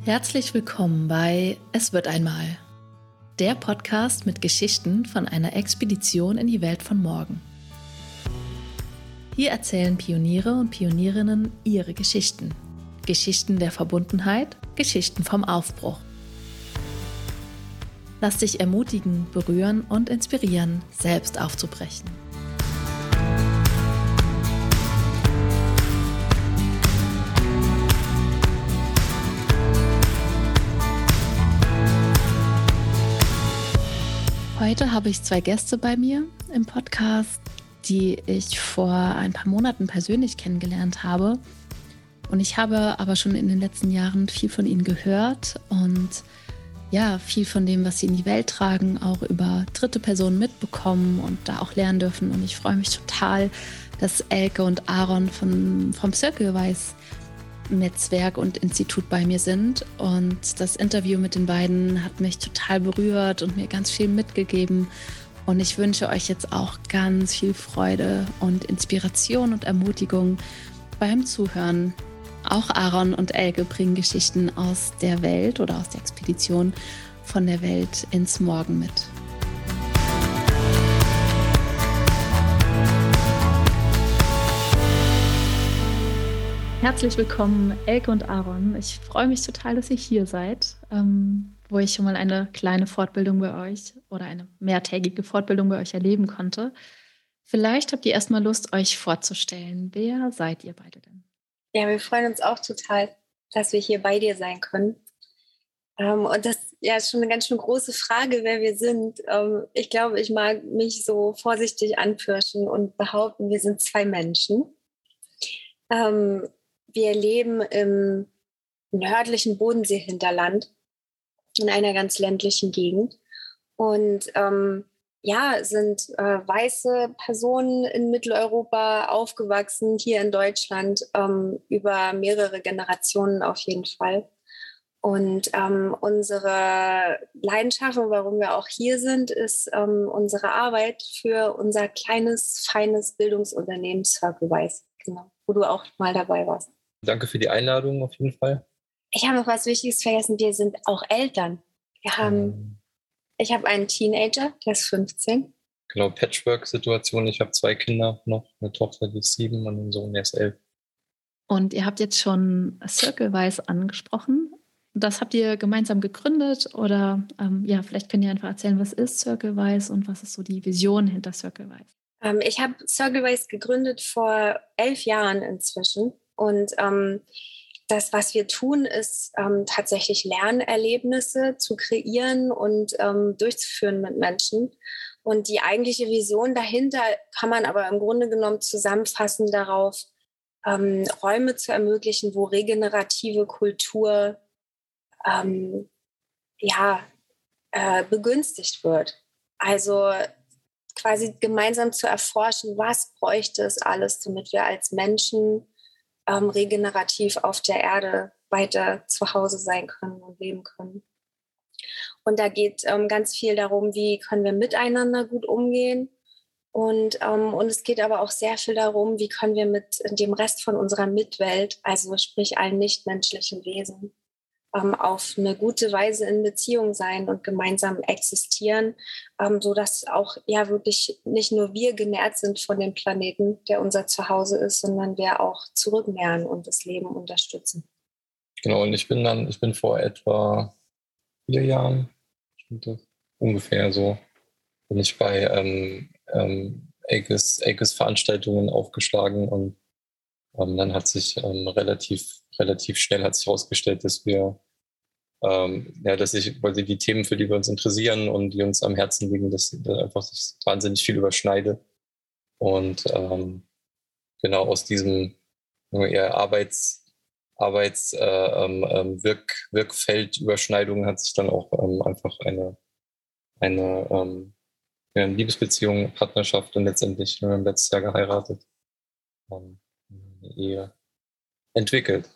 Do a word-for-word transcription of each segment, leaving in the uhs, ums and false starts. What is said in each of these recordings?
Herzlich willkommen bei Es wird einmal, der Podcast mit Geschichten von einer Expedition in die Welt von morgen. Hier erzählen Pioniere und Pionierinnen ihre Geschichten. Geschichten der Verbundenheit, Geschichten vom Aufbruch. Lass dich ermutigen, berühren und inspirieren, selbst aufzubrechen. Heute habe ich zwei Gäste bei mir im Podcast, die ich vor ein paar Monaten persönlich kennengelernt habe. Und ich habe aber schon in den letzten Jahren viel von ihnen gehört und ja, viel von dem, was sie in die Welt tragen, auch über dritte Personen mitbekommen und da auch lernen dürfen. Und ich freue mich total, dass Elke und Aaron von, vom Circlewise Netzwerk und Institut bei mir sind. Und das Interview mit den beiden hat mich total berührt und mir ganz viel mitgegeben. Und ich wünsche euch jetzt auch ganz viel Freude und Inspiration und Ermutigung beim Zuhören. Auch Aaron und Elke bringen Geschichten aus der Welt oder aus der Expedition von der Welt ins Morgen mit. Herzlich willkommen, Elke und Aaron. Ich freue mich total, dass ihr hier seid, ähm, wo ich schon mal eine kleine Fortbildung bei euch oder eine mehrtägige Fortbildung bei euch erleben konnte. Vielleicht habt ihr erstmal Lust, euch vorzustellen. Wer seid ihr beide denn? Ja, wir freuen uns auch total, dass wir hier bei dir sein können. Ähm, und das ja, ist schon eine ganz schön große Frage, wer wir sind. Ähm, ich glaube, ich mag mich so vorsichtig anpirschen und behaupten, wir sind zwei Menschen. Ähm, wir leben im nördlichen Bodensee-Hinterland in einer ganz ländlichen Gegend und ähm, ja, sind äh, weiße Personen in Mitteleuropa aufgewachsen, hier in Deutschland, ähm, über mehrere Generationen auf jeden Fall. Und ähm, unsere Leidenschaft und warum wir auch hier sind, ist ähm, unsere Arbeit für unser kleines, feines Bildungsunternehmen Circlewise, genau, wo du auch mal dabei warst. Danke für die Einladung auf jeden Fall. Ich habe noch was Wichtiges vergessen, wir sind auch Eltern. Wir haben... Ähm. Ich habe einen Teenager, der ist fünfzehn. Genau, Patchwork-Situation. Ich habe zwei Kinder noch, eine Tochter, die ist sieben und einen Sohn, der ist elf. Und ihr habt jetzt schon Circlewise angesprochen. Das habt ihr gemeinsam gegründet oder ähm, ja, vielleicht könnt ihr einfach erzählen, was ist Circlewise und was ist so die Vision hinter Circlewise? Ähm, ich habe Circlewise gegründet vor elf Jahren inzwischen und ähm, das, was wir tun, ist ähm, tatsächlich Lernerlebnisse zu kreieren und ähm, durchzuführen mit Menschen. Und die eigentliche Vision dahinter kann man aber im Grunde genommen zusammenfassen darauf, ähm, Räume zu ermöglichen, wo regenerative Kultur ähm, ja, äh, begünstigt wird. Also quasi gemeinsam zu erforschen, was bräuchte es alles, damit wir als Menschen Ähm, regenerativ auf der Erde weiter zu Hause sein können und leben können. Und da geht ähm, ganz viel darum, wie können wir miteinander gut umgehen. Und, ähm, und es geht aber auch sehr viel darum, wie können wir mit dem Rest von unserer Mitwelt, also sprich allen nichtmenschlichen Wesen, ähm, auf eine gute Weise in Beziehung sein und gemeinsam existieren, ähm, sodass auch ja wirklich nicht nur wir genährt sind von dem Planeten, der unser Zuhause ist, sondern wir auch zurücknähren und das Leben unterstützen. Genau, und ich bin dann, ich bin vor etwa vier Jahren, stimmt das? Ungefähr so, bin ich bei ähm, ähm, Elkes, Elkes Veranstaltungen aufgeschlagen und ähm, dann hat sich ähm, relativ, relativ schnell hat sich herausgestellt, dass wir Ähm, ja, dass ich, weil die Themen, für die wir uns interessieren und die uns am Herzen liegen, dass da einfach sich wahnsinnig viel überschneidet. Und ähm, genau aus diesem eher Arbeits, Arbeits äh, ähm, Wirk, Wirkfeldüberschneidung hat sich dann auch ähm, einfach eine, eine, ähm, ja, eine Liebesbeziehung, Partnerschaft und letztendlich, wir haben letztes Jahr geheiratet, ähm, eine Ehe entwickelt.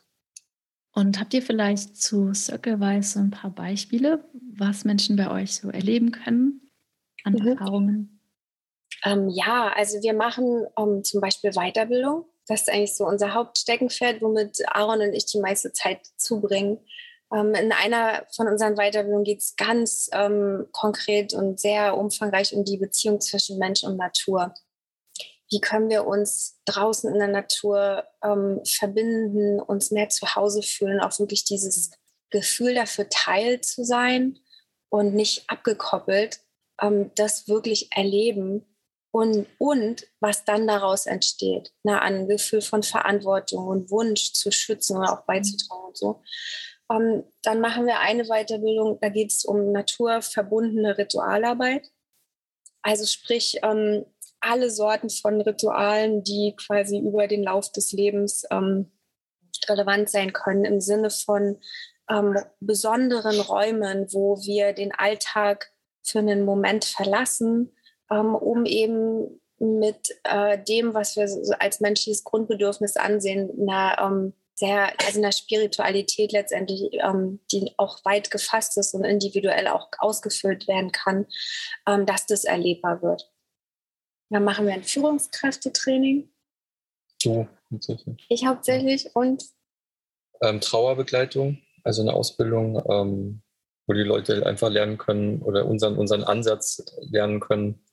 Und habt ihr vielleicht zu Circlewise ein paar Beispiele, was Menschen bei euch so erleben können an Mhm. Erfahrungen? Ähm, ja, also wir machen um, zum Beispiel Weiterbildung. Das ist eigentlich so unser Hauptsteckenpferd, womit Aaron und ich die meiste Zeit zubringen. Ähm, in einer von unseren Weiterbildungen geht es ganz ähm, konkret und sehr umfangreich um die Beziehung zwischen Mensch und Natur. Wie können wir uns draußen in der Natur ähm, verbinden, uns mehr zu Hause fühlen, auch wirklich dieses Gefühl dafür Teil zu sein und nicht abgekoppelt, ähm, das wirklich erleben und, und was dann daraus entsteht, na, an Gefühl von Verantwortung und Wunsch zu schützen oder auch beizutragen und so. Ähm, dann machen wir eine Weiterbildung, da geht es um naturverbundene Ritualarbeit. Also sprich, ähm, alle Sorten von Ritualen, die quasi über den Lauf des Lebens ähm, relevant sein können, im Sinne von ähm, besonderen Räumen, wo wir den Alltag für einen Moment verlassen, ähm, um eben mit äh, dem, was wir so als menschliches Grundbedürfnis ansehen, einer ähm, sehr, also einer Spiritualität letztendlich, ähm, die auch weit gefasst ist und individuell auch ausgefüllt werden kann, ähm, dass das erlebbar wird. Dann machen wir ein Führungskräftetraining. Du, tatsächlich. Ich hauptsächlich und Ähm, Trauerbegleitung, also eine Ausbildung, ähm, wo die Leute einfach lernen können oder unseren, unseren Ansatz lernen können,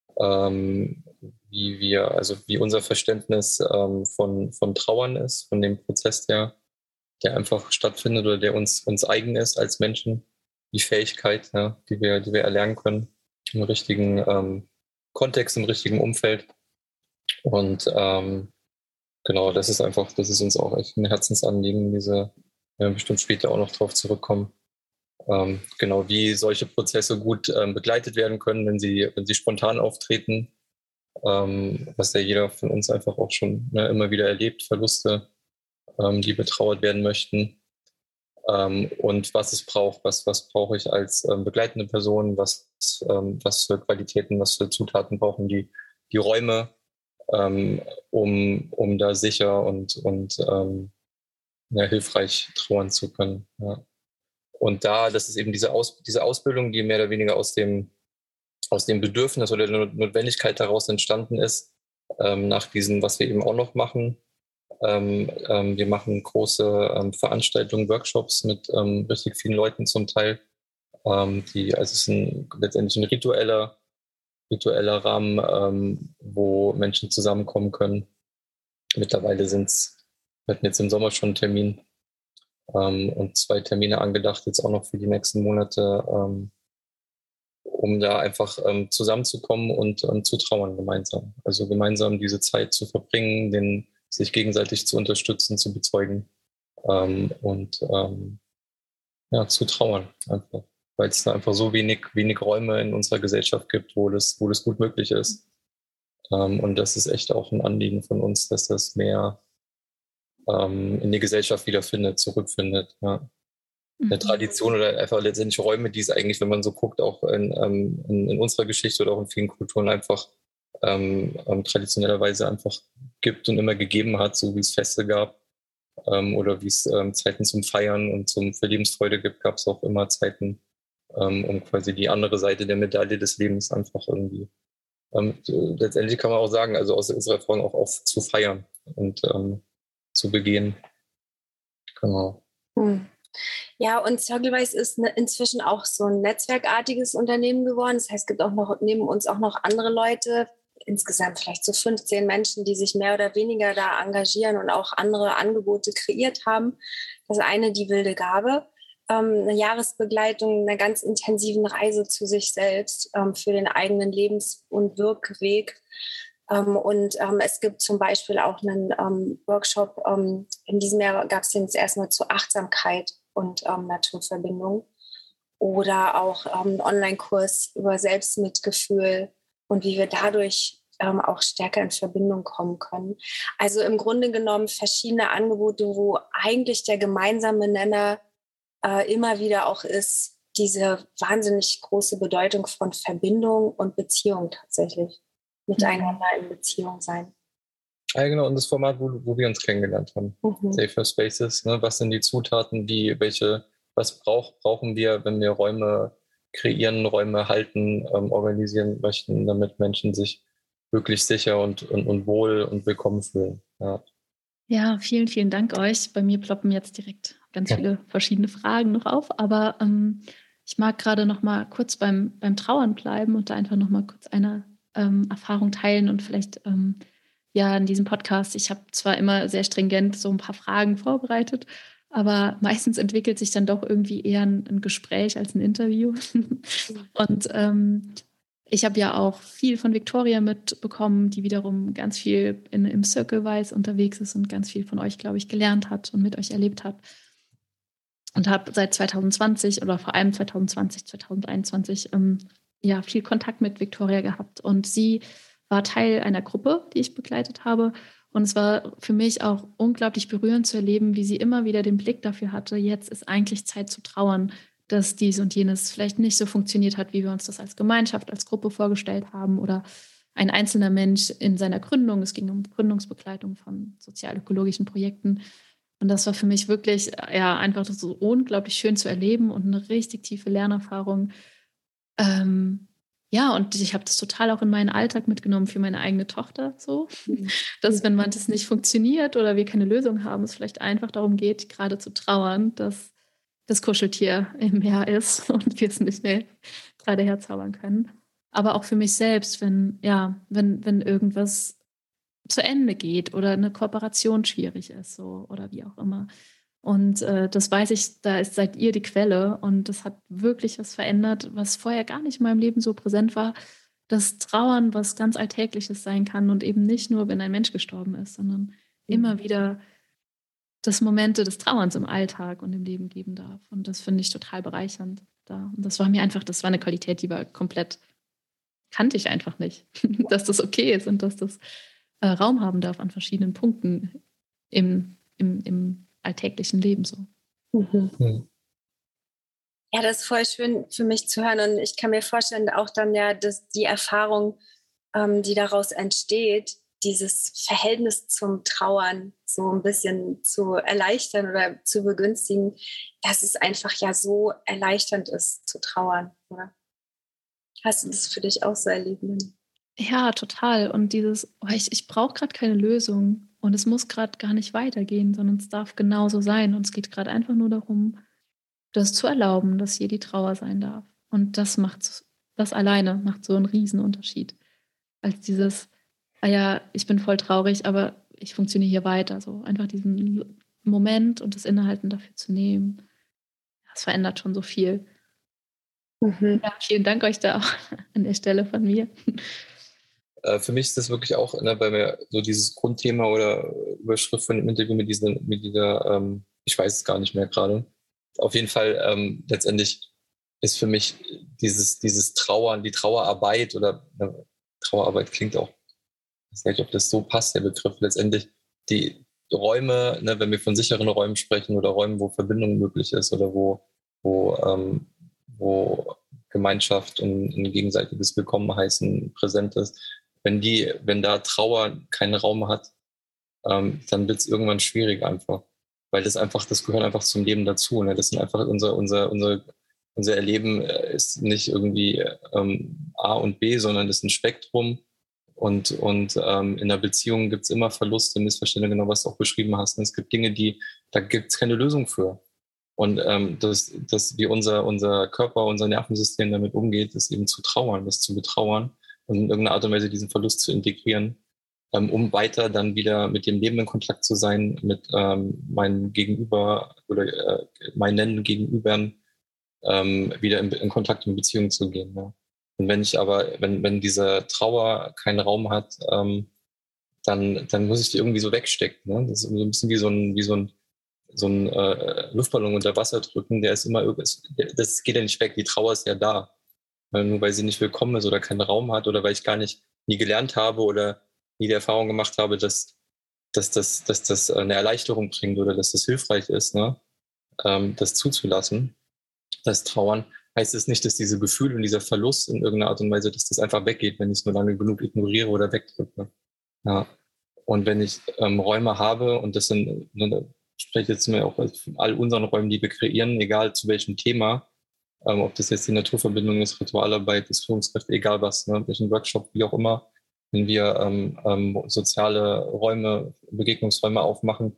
ähm, wie wir, also wie unser Verständnis ähm, von, von Trauern ist, von dem Prozess, der, der einfach stattfindet oder der uns, uns eigen ist als Menschen, die Fähigkeit, ja, die wir, die wir erlernen können im richtigen ähm, Kontext, im richtigen Umfeld. Und ähm, genau, das ist einfach, das ist uns auch echt ein Herzensanliegen, diese, wir werden bestimmt später auch noch drauf zurückkommen. Ähm, genau, wie solche Prozesse gut ähm, begleitet werden können, wenn sie, wenn sie spontan auftreten, ähm, was ja jeder von uns einfach auch schon ne, immer wieder erlebt, Verluste, ähm, die betrauert werden möchten. Ähm, und was es braucht, was, was brauche ich als ähm, begleitende Person, was, ähm, was für Qualitäten, was für Zutaten brauchen die, die Räume, ähm, um, um da sicher und, und ähm, ja, hilfreich trauern zu können. Ja. Und da, das ist eben diese, Aus, diese Ausbildung, die mehr oder weniger aus dem, aus dem Bedürfnis oder der Notwendigkeit daraus entstanden ist, ähm, nach diesem, was wir eben auch noch machen. Ähm, ähm, wir machen große ähm, Veranstaltungen, Workshops mit ähm, richtig vielen Leuten zum Teil. Ähm, die, also es ist ein, letztendlich ein ritueller, ritueller Rahmen, ähm, wo Menschen zusammenkommen können. Mittlerweile sind es, wir hatten jetzt im Sommer schon einen Termin ähm, und zwei Termine angedacht, jetzt auch noch für die nächsten Monate, ähm, um da einfach ähm, zusammenzukommen und ähm, zu trauern gemeinsam. Also gemeinsam diese Zeit zu verbringen, den, sich gegenseitig zu unterstützen, zu bezeugen ähm, und ähm, ja, zu trauern einfach. Weil es da einfach so wenig, wenig Räume in unserer Gesellschaft gibt, wo das, wo das gut möglich ist. Ähm, und das ist echt auch ein Anliegen von uns, dass das mehr ähm, in die Gesellschaft wiederfindet, zurückfindet. Ja. Eine Tradition oder einfach letztendlich Räume, die es eigentlich, wenn man so guckt, auch in, ähm, in, in unserer Geschichte oder auch in vielen Kulturen einfach ähm, ähm, traditionellerweise einfach gibt und immer gegeben hat, so wie es Feste gab ähm, oder wie es ähm, Zeiten zum Feiern und zum für Lebensfreude gibt, gab es auch immer Zeiten, ähm, um quasi die andere Seite der Medaille des Lebens einfach irgendwie ähm, letztendlich kann man auch sagen, also aus unserer Erfahrung auch auf zu feiern und ähm, zu begehen. Genau. Hm. Ja, und Circlewise ist ne, inzwischen auch so ein netzwerkartiges Unternehmen geworden. Das heißt, es gibt auch noch neben uns auch noch andere Leute, insgesamt vielleicht so fünfzehn Menschen, die sich mehr oder weniger da engagieren und auch andere Angebote kreiert haben. Das eine, die wilde Gabe, ähm, eine Jahresbegleitung einer ganz intensiven Reise zu sich selbst ähm, für den eigenen Lebens- und Wirkweg. Ähm, und ähm, es gibt zum Beispiel auch einen ähm, Workshop, ähm, in diesem Jahr gab es den jetzt erstmal zur Achtsamkeit und ähm, Naturverbindung. Oder auch ähm, einen Online-Kurs über Selbstmitgefühl und wie wir dadurch ähm, auch stärker in Verbindung kommen können. Also im Grunde genommen verschiedene Angebote, wo eigentlich der gemeinsame Nenner äh, immer wieder auch ist, diese wahnsinnig große Bedeutung von Verbindung und Beziehung tatsächlich. Miteinander in Beziehung sein. Ja, genau, und das Format, wo, wo wir uns kennengelernt haben. Mhm. Safer Spaces, ne? Was sind die Zutaten, die, welche, was brauch, brauchen wir, wenn wir Räume kreieren, Räume halten, ähm, organisieren möchten, damit Menschen sich wirklich sicher und, und, und wohl und willkommen fühlen. Ja. Ja, vielen, vielen Dank euch. Bei mir ploppen jetzt direkt ganz viele verschiedene Fragen noch auf, aber ähm, ich mag gerade noch mal kurz beim, beim Trauern bleiben und da einfach noch mal kurz eine ähm, Erfahrung teilen und vielleicht ähm, ja in diesem Podcast, ich habe zwar immer sehr stringent so ein paar Fragen vorbereitet, aber meistens entwickelt sich dann doch irgendwie eher ein, ein Gespräch als ein Interview. Und ähm, ich habe ja auch viel von Victoria mitbekommen, die wiederum ganz viel in, im Circle-Wise unterwegs ist und ganz viel von euch, glaube ich, gelernt hat und mit euch erlebt hat. Und habe seit zwanzig zwanzig oder vor allem zwanzig zwanzig, zwanzig einundzwanzig ähm, ja, viel Kontakt mit Victoria gehabt. Und sie war Teil einer Gruppe, die ich begleitet habe. Und es war für mich auch unglaublich berührend zu erleben, wie sie immer wieder den Blick dafür hatte, jetzt ist eigentlich Zeit zu trauern, dass dies und jenes vielleicht nicht so funktioniert hat, wie wir uns das als Gemeinschaft, als Gruppe vorgestellt haben oder ein einzelner Mensch in seiner Gründung. Es ging um Gründungsbegleitung von sozial-ökologischen Projekten. Und das war für mich wirklich ja, einfach so unglaublich schön zu erleben und eine richtig tiefe Lernerfahrung. Ähm, ja, und ich habe das total auch in meinen Alltag mitgenommen für meine eigene Tochter. So, dass wenn man das nicht funktioniert oder wir keine Lösung haben, es vielleicht einfach darum geht, gerade zu trauern, dass das Kuscheltier im Meer ist und wir es nicht mehr gerade herzaubern können. Aber auch für mich selbst, wenn, ja, wenn, wenn irgendwas zu Ende geht oder eine Kooperation schwierig ist, so oder wie auch immer. Und äh, das weiß ich, da ist seid ihr die Quelle und das hat wirklich was verändert, was vorher gar nicht in meinem Leben so präsent war, dass Trauern was ganz Alltägliches sein kann und eben nicht nur, wenn ein Mensch gestorben ist, sondern mhm. immer wieder das Momente des Trauerns im Alltag und im Leben geben darf. Und das finde ich total bereichernd da. Und das war mir einfach, das war eine Qualität, die war komplett, kannte ich einfach nicht, dass das okay ist und dass das äh, Raum haben darf an verschiedenen Punkten im, im, im alltäglichen Leben so. Mhm. Ja, das ist voll schön für mich zu hören und ich kann mir vorstellen, auch dann ja, dass die Erfahrung, ähm, die daraus entsteht, dieses Verhältnis zum Trauern so ein bisschen zu erleichtern oder zu begünstigen, dass es einfach ja so erleichternd ist zu trauern, oder? Hast du das für dich auch so erlebt? Ja, total. Und dieses, oh, ich, ich brauche gerade keine Lösung und es muss gerade gar nicht weitergehen, sondern es darf genauso sein. Und es geht gerade einfach nur darum, das zu erlauben, dass hier die Trauer sein darf. Und das macht, das alleine macht so einen Riesenunterschied. Als dieses, ah ja, ich bin voll traurig, aber ich funktioniere hier weiter. So einfach diesen Moment und das Innehalten dafür zu nehmen. Das verändert schon so viel. Mhm. Ja, vielen Dank euch da auch an der Stelle von mir. Für mich ist das wirklich auch ne, bei mir so dieses Grundthema oder Überschrift von dem Interview mit dieser, mit dieser ähm, ich weiß es gar nicht mehr gerade. Auf jeden Fall ähm, letztendlich ist für mich dieses, dieses Trauern, die Trauerarbeit oder ne, Trauerarbeit klingt auch, ich weiß nicht, ob das so passt, der Begriff, letztendlich die Räume, ne, wenn wir von sicheren Räumen sprechen oder Räumen, wo Verbindung möglich ist oder wo, wo, ähm, wo Gemeinschaft und ein gegenseitiges Willkommenheißen präsent ist, wenn die, wenn da Trauer keinen Raum hat, ähm, dann wird es irgendwann schwierig einfach. Weil das einfach, das gehört einfach zum Leben dazu. Ne? Das sind einfach unser, unser, unser, unser Erleben ist nicht irgendwie ähm, A und B, sondern das ist ein Spektrum. Und, und ähm, in einer Beziehung gibt es immer Verluste, Missverständnisse, genau was du auch beschrieben hast. Und es gibt Dinge, die, da gibt es keine Lösung für. Und ähm, das, das, wie unser, unser Körper, unser Nervensystem damit umgeht, ist eben zu trauern, das zu betrauern und in irgendeiner Art und Weise diesen Verlust zu integrieren, ähm, um weiter dann wieder mit dem Leben in Kontakt zu sein, mit ähm, meinem Gegenüber oder äh, meinen Gegenübern ähm, wieder in, in Kontakt und Beziehung zu gehen. Ja. Und wenn ich aber, wenn, wenn diese Trauer keinen Raum hat, ähm, dann, dann muss ich die irgendwie so wegstecken. Ne? Das ist so ein bisschen wie so ein, wie so ein so ein äh, Luftballon unter Wasser drücken, der ist immer irgendwas, das geht ja nicht weg, die Trauer ist ja da. Nur weil sie nicht willkommen ist oder keinen Raum hat oder weil ich gar nicht nie gelernt habe oder nie die Erfahrung gemacht habe, dass, dass, das, dass das eine Erleichterung bringt oder dass das hilfreich ist, ne? ähm, das zuzulassen, das Trauern, heißt es nicht, dass diese Gefühle und dieser Verlust in irgendeiner Art und Weise, dass das einfach weggeht, wenn ich es nur lange genug ignoriere oder wegdrücke. Ja. Und wenn ich ähm, Räume habe, und das sind, ne, ich spreche jetzt mir auch von all unseren Räumen, die wir kreieren, egal zu welchem Thema, ähm, ob das jetzt die Naturverbindung ist, Ritualarbeit, ist Führungskräfte, egal was, ne, welchen Workshop, wie auch immer, wenn wir ähm, ähm, soziale Räume, Begegnungsräume aufmachen,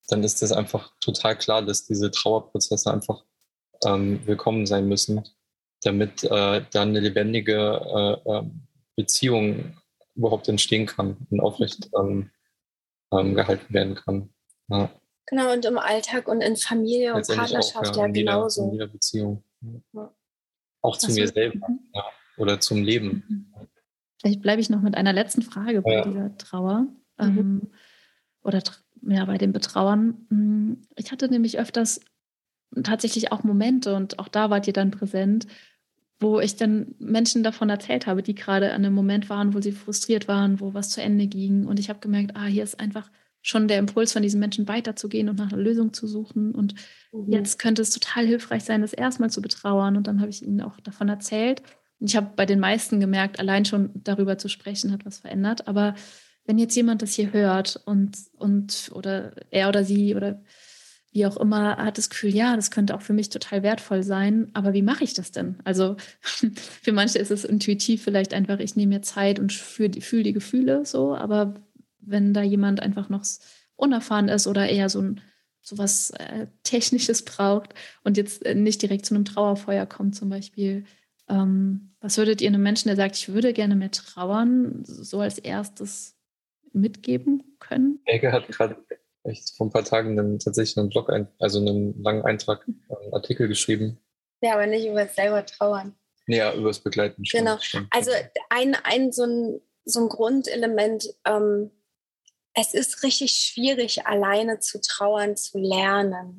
dann ist das einfach total klar, dass diese Trauerprozesse einfach ähm, willkommen sein müssen, damit äh, dann eine lebendige äh, Beziehung überhaupt entstehen kann und aufrecht ähm, ähm, gehalten werden kann. Ja. Genau, und im Alltag und in Familie und Partnerschaft auch, ja, ja in jeder, genauso. in jeder Beziehung. Ja. Auch zu Achso. mir selber, Mhm. ja. Oder zum Leben. Mhm. Vielleicht bleibe ich noch mit einer letzten Frage bei Ja. dieser Trauer. Mhm. Ähm, oder ja, bei dem Betrauern. Ich hatte nämlich öfters tatsächlich auch Momente, und auch da wart ihr dann präsent, wo ich dann Menschen davon erzählt habe, die gerade an einem Moment waren, wo sie frustriert waren, wo was zu Ende ging. Und ich habe gemerkt, ah, hier ist einfach schon der Impuls von diesen Menschen weiterzugehen und nach einer Lösung zu suchen. Und Mhm. jetzt könnte es total hilfreich sein, das erstmal zu betrauern. Und dann habe ich ihnen auch davon erzählt. Und ich habe bei den meisten gemerkt, allein schon darüber zu sprechen, hat was verändert. Aber wenn jetzt jemand das hier hört und, und oder er oder sie oder wie auch immer, hat das Gefühl, ja, das könnte auch für mich total wertvoll sein, aber wie mache ich das denn? Also für manche ist es intuitiv vielleicht einfach, ich nehme mir Zeit und fühle die, fühl die Gefühle so, aber wenn da jemand einfach noch unerfahren ist oder eher so ein so was äh, Technisches braucht und jetzt äh, nicht direkt zu einem Trauerfeuer kommt zum Beispiel, ähm, was würdet ihr einem Menschen, der sagt, ich würde gerne mehr trauern, so als erstes mitgeben können? Elke hat gerade echt vor ein paar Tagen einen, tatsächlich einen Blog, ein, also einen langen Eintrag, einen Artikel geschrieben. Ja, aber nicht über das selber trauern. Nee, ja, über das Begleiten. Genau. Stimmt. Also ein, ein so, ein so ein Grundelement, ähm, es ist richtig schwierig, alleine zu trauern, zu lernen.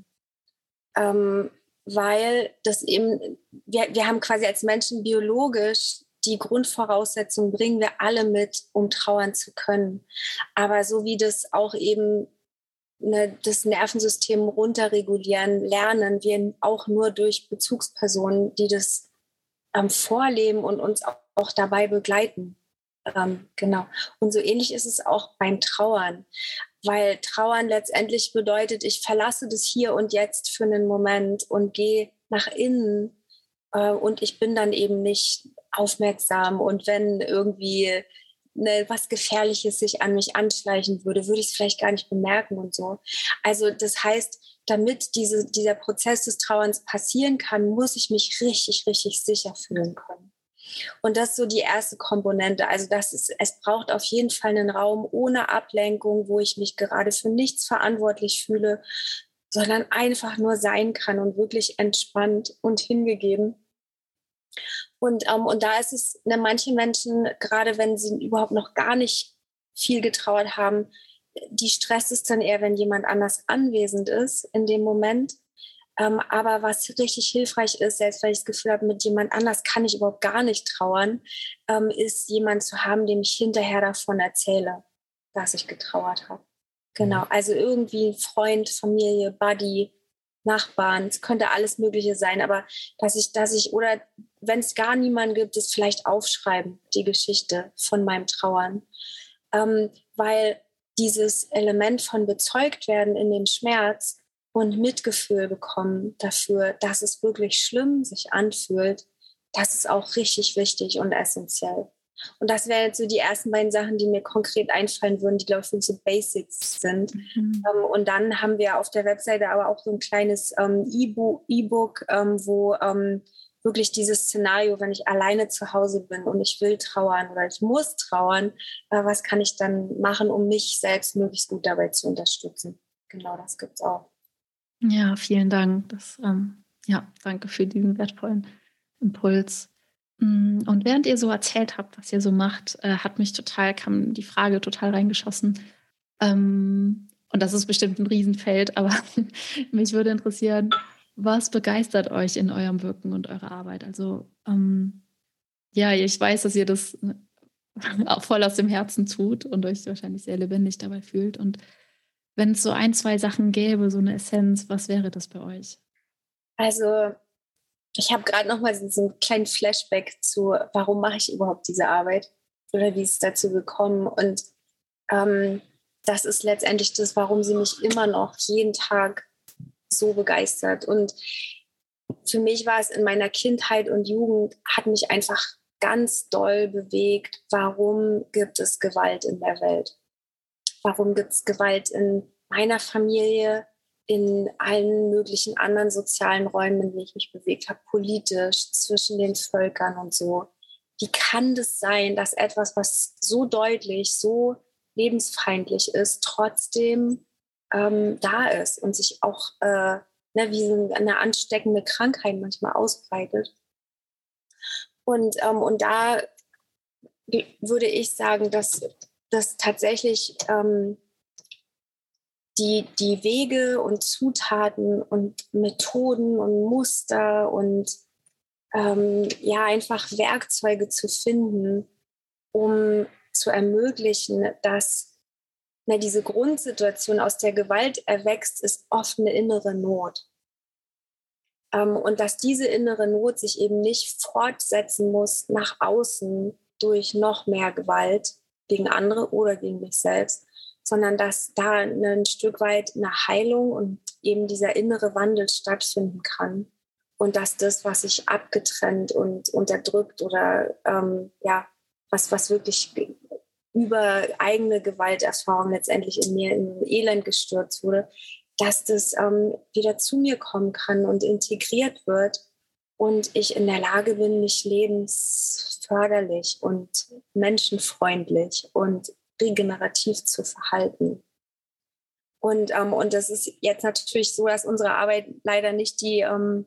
Ähm, weil das eben, wir, wir haben quasi als Menschen biologisch die Grundvoraussetzungen bringen wir alle mit, um trauern zu können. Aber so wie das auch eben ne, das Nervensystem runterregulieren, lernen wir auch nur durch Bezugspersonen, die das ähm, vorleben und uns auch, auch dabei begleiten. Ähm, genau. Und so ähnlich ist es auch beim Trauern. Weil Trauern letztendlich bedeutet, ich verlasse das Hier und Jetzt für einen Moment und gehe nach innen äh, und ich bin dann eben nicht aufmerksam. Und wenn irgendwie ne, was Gefährliches sich an mich anschleichen würde, würde ich es vielleicht gar nicht bemerken und so. Also das heißt, damit diese, dieser Prozess des Trauerns passieren kann, muss ich mich richtig, richtig sicher fühlen können. Und das ist so die erste Komponente. Also das ist, es braucht auf jeden Fall einen Raum ohne Ablenkung, wo ich mich gerade für nichts verantwortlich fühle, sondern einfach nur sein kann und wirklich entspannt und hingegeben. Und, ähm, und da ist es, ne, manche Menschen, gerade wenn sie überhaupt noch gar nicht viel getrauert haben, die stresst es dann eher, wenn jemand anders anwesend ist in dem Moment. Ähm, aber was richtig hilfreich ist, selbst weil ich das Gefühl habe, mit jemand anders kann ich überhaupt gar nicht trauern, ähm, ist jemand zu haben, dem ich hinterher davon erzähle, dass ich getrauert habe. Genau, also irgendwie Freund, Familie, Buddy, Nachbarn, es könnte alles Mögliche sein, aber dass ich, dass ich, oder wenn es gar niemanden gibt, es vielleicht aufschreiben, die Geschichte von meinem Trauern. Ähm, weil dieses Element von bezeugt werden in dem Schmerz und Mitgefühl bekommen dafür, dass es wirklich schlimm sich anfühlt, das ist auch richtig wichtig und essentiell. Und das wären jetzt so die ersten beiden Sachen, die mir konkret einfallen würden, die, glaube ich, so Basics sind. Mhm. Ähm, und dann haben wir auf der Webseite aber auch so ein kleines ähm, E-Book, E-Book ähm, wo ähm, wirklich dieses Szenario, wenn ich alleine zu Hause bin und ich will trauern oder ich muss trauern, äh, was kann ich dann machen, um mich selbst möglichst gut dabei zu unterstützen? Genau, das gibt es auch. Ja, vielen Dank. Das, ähm, ja, danke für diesen wertvollen Impuls. Und während ihr so erzählt habt, was ihr so macht, äh, hat mich total, kam die Frage total reingeschossen. Ähm, und das ist bestimmt ein Riesenfeld, aber mich würde interessieren, was begeistert euch in eurem Wirken und eurer Arbeit? Also ähm, ja, ich weiß, dass ihr das auch voll aus dem Herzen tut und euch wahrscheinlich sehr lebendig dabei fühlt. Und wenn es so ein, zwei Sachen gäbe, so eine Essenz, was wäre das bei euch? Also ich habe gerade noch mal so einen kleinen Flashback zu, warum mache ich überhaupt diese Arbeit oder wie ist es dazu gekommen. Und ähm, das ist letztendlich das, warum sie mich immer noch jeden Tag so begeistert. Und für mich war es in meiner Kindheit und Jugend, hat mich einfach ganz doll bewegt, warum gibt es Gewalt in der Welt? Warum gibt es Gewalt in meiner Familie, in allen möglichen anderen sozialen Räumen, in denen ich mich bewegt habe, politisch, zwischen den Völkern und so. Wie kann das sein, dass etwas, was so deutlich, so lebensfeindlich ist, trotzdem ähm, da ist und sich auch äh, ne, wie so eine ansteckende Krankheit manchmal ausbreitet? Und, ähm, und da würde ich sagen, dass, dass tatsächlich ähm, die, die Wege und Zutaten und Methoden und Muster und ähm, ja, einfach Werkzeuge zu finden, um zu ermöglichen, dass na, diese Grundsituation aus der Gewalt erwächst, ist oft eine innere Not. Ähm, und dass diese innere Not sich eben nicht fortsetzen muss nach außen durch noch mehr Gewalt gegen andere oder gegen mich selbst, sondern dass da ein Stück weit eine Heilung und eben dieser innere Wandel stattfinden kann. Und dass das, was sich abgetrennt und unterdrückt oder ähm, ja, was, was wirklich über eigene Gewalterfahrung letztendlich in mir in Elend gestürzt wurde, dass das ähm, wieder zu mir kommen kann und integriert wird und ich in der Lage bin, mich lebensförderlich und menschenfreundlich und regenerativ zu verhalten. Und, ähm, und das ist jetzt natürlich so, dass unsere Arbeit leider nicht die ähm,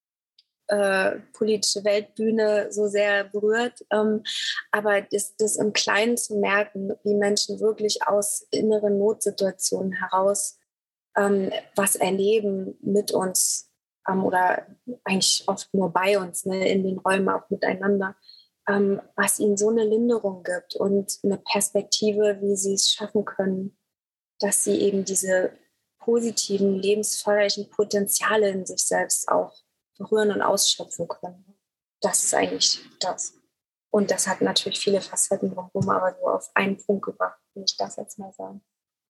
äh, politische Weltbühne so sehr berührt, ähm, aber das, das im Kleinen zu merken, wie Menschen wirklich aus inneren Notsituationen heraus ähm, was erleben mit uns ähm, oder eigentlich oft nur bei uns, ne, in den Räumen auch miteinander, ähm, was ihnen so eine Linderung gibt und eine Perspektive, wie sie es schaffen können, dass sie eben diese positiven, lebensförderlichen Potenziale in sich selbst auch berühren und ausschöpfen können. Das ist eigentlich das. Und das hat natürlich viele Facetten drumherum, aber so auf einen Punkt gebracht, will ich das jetzt mal sagen.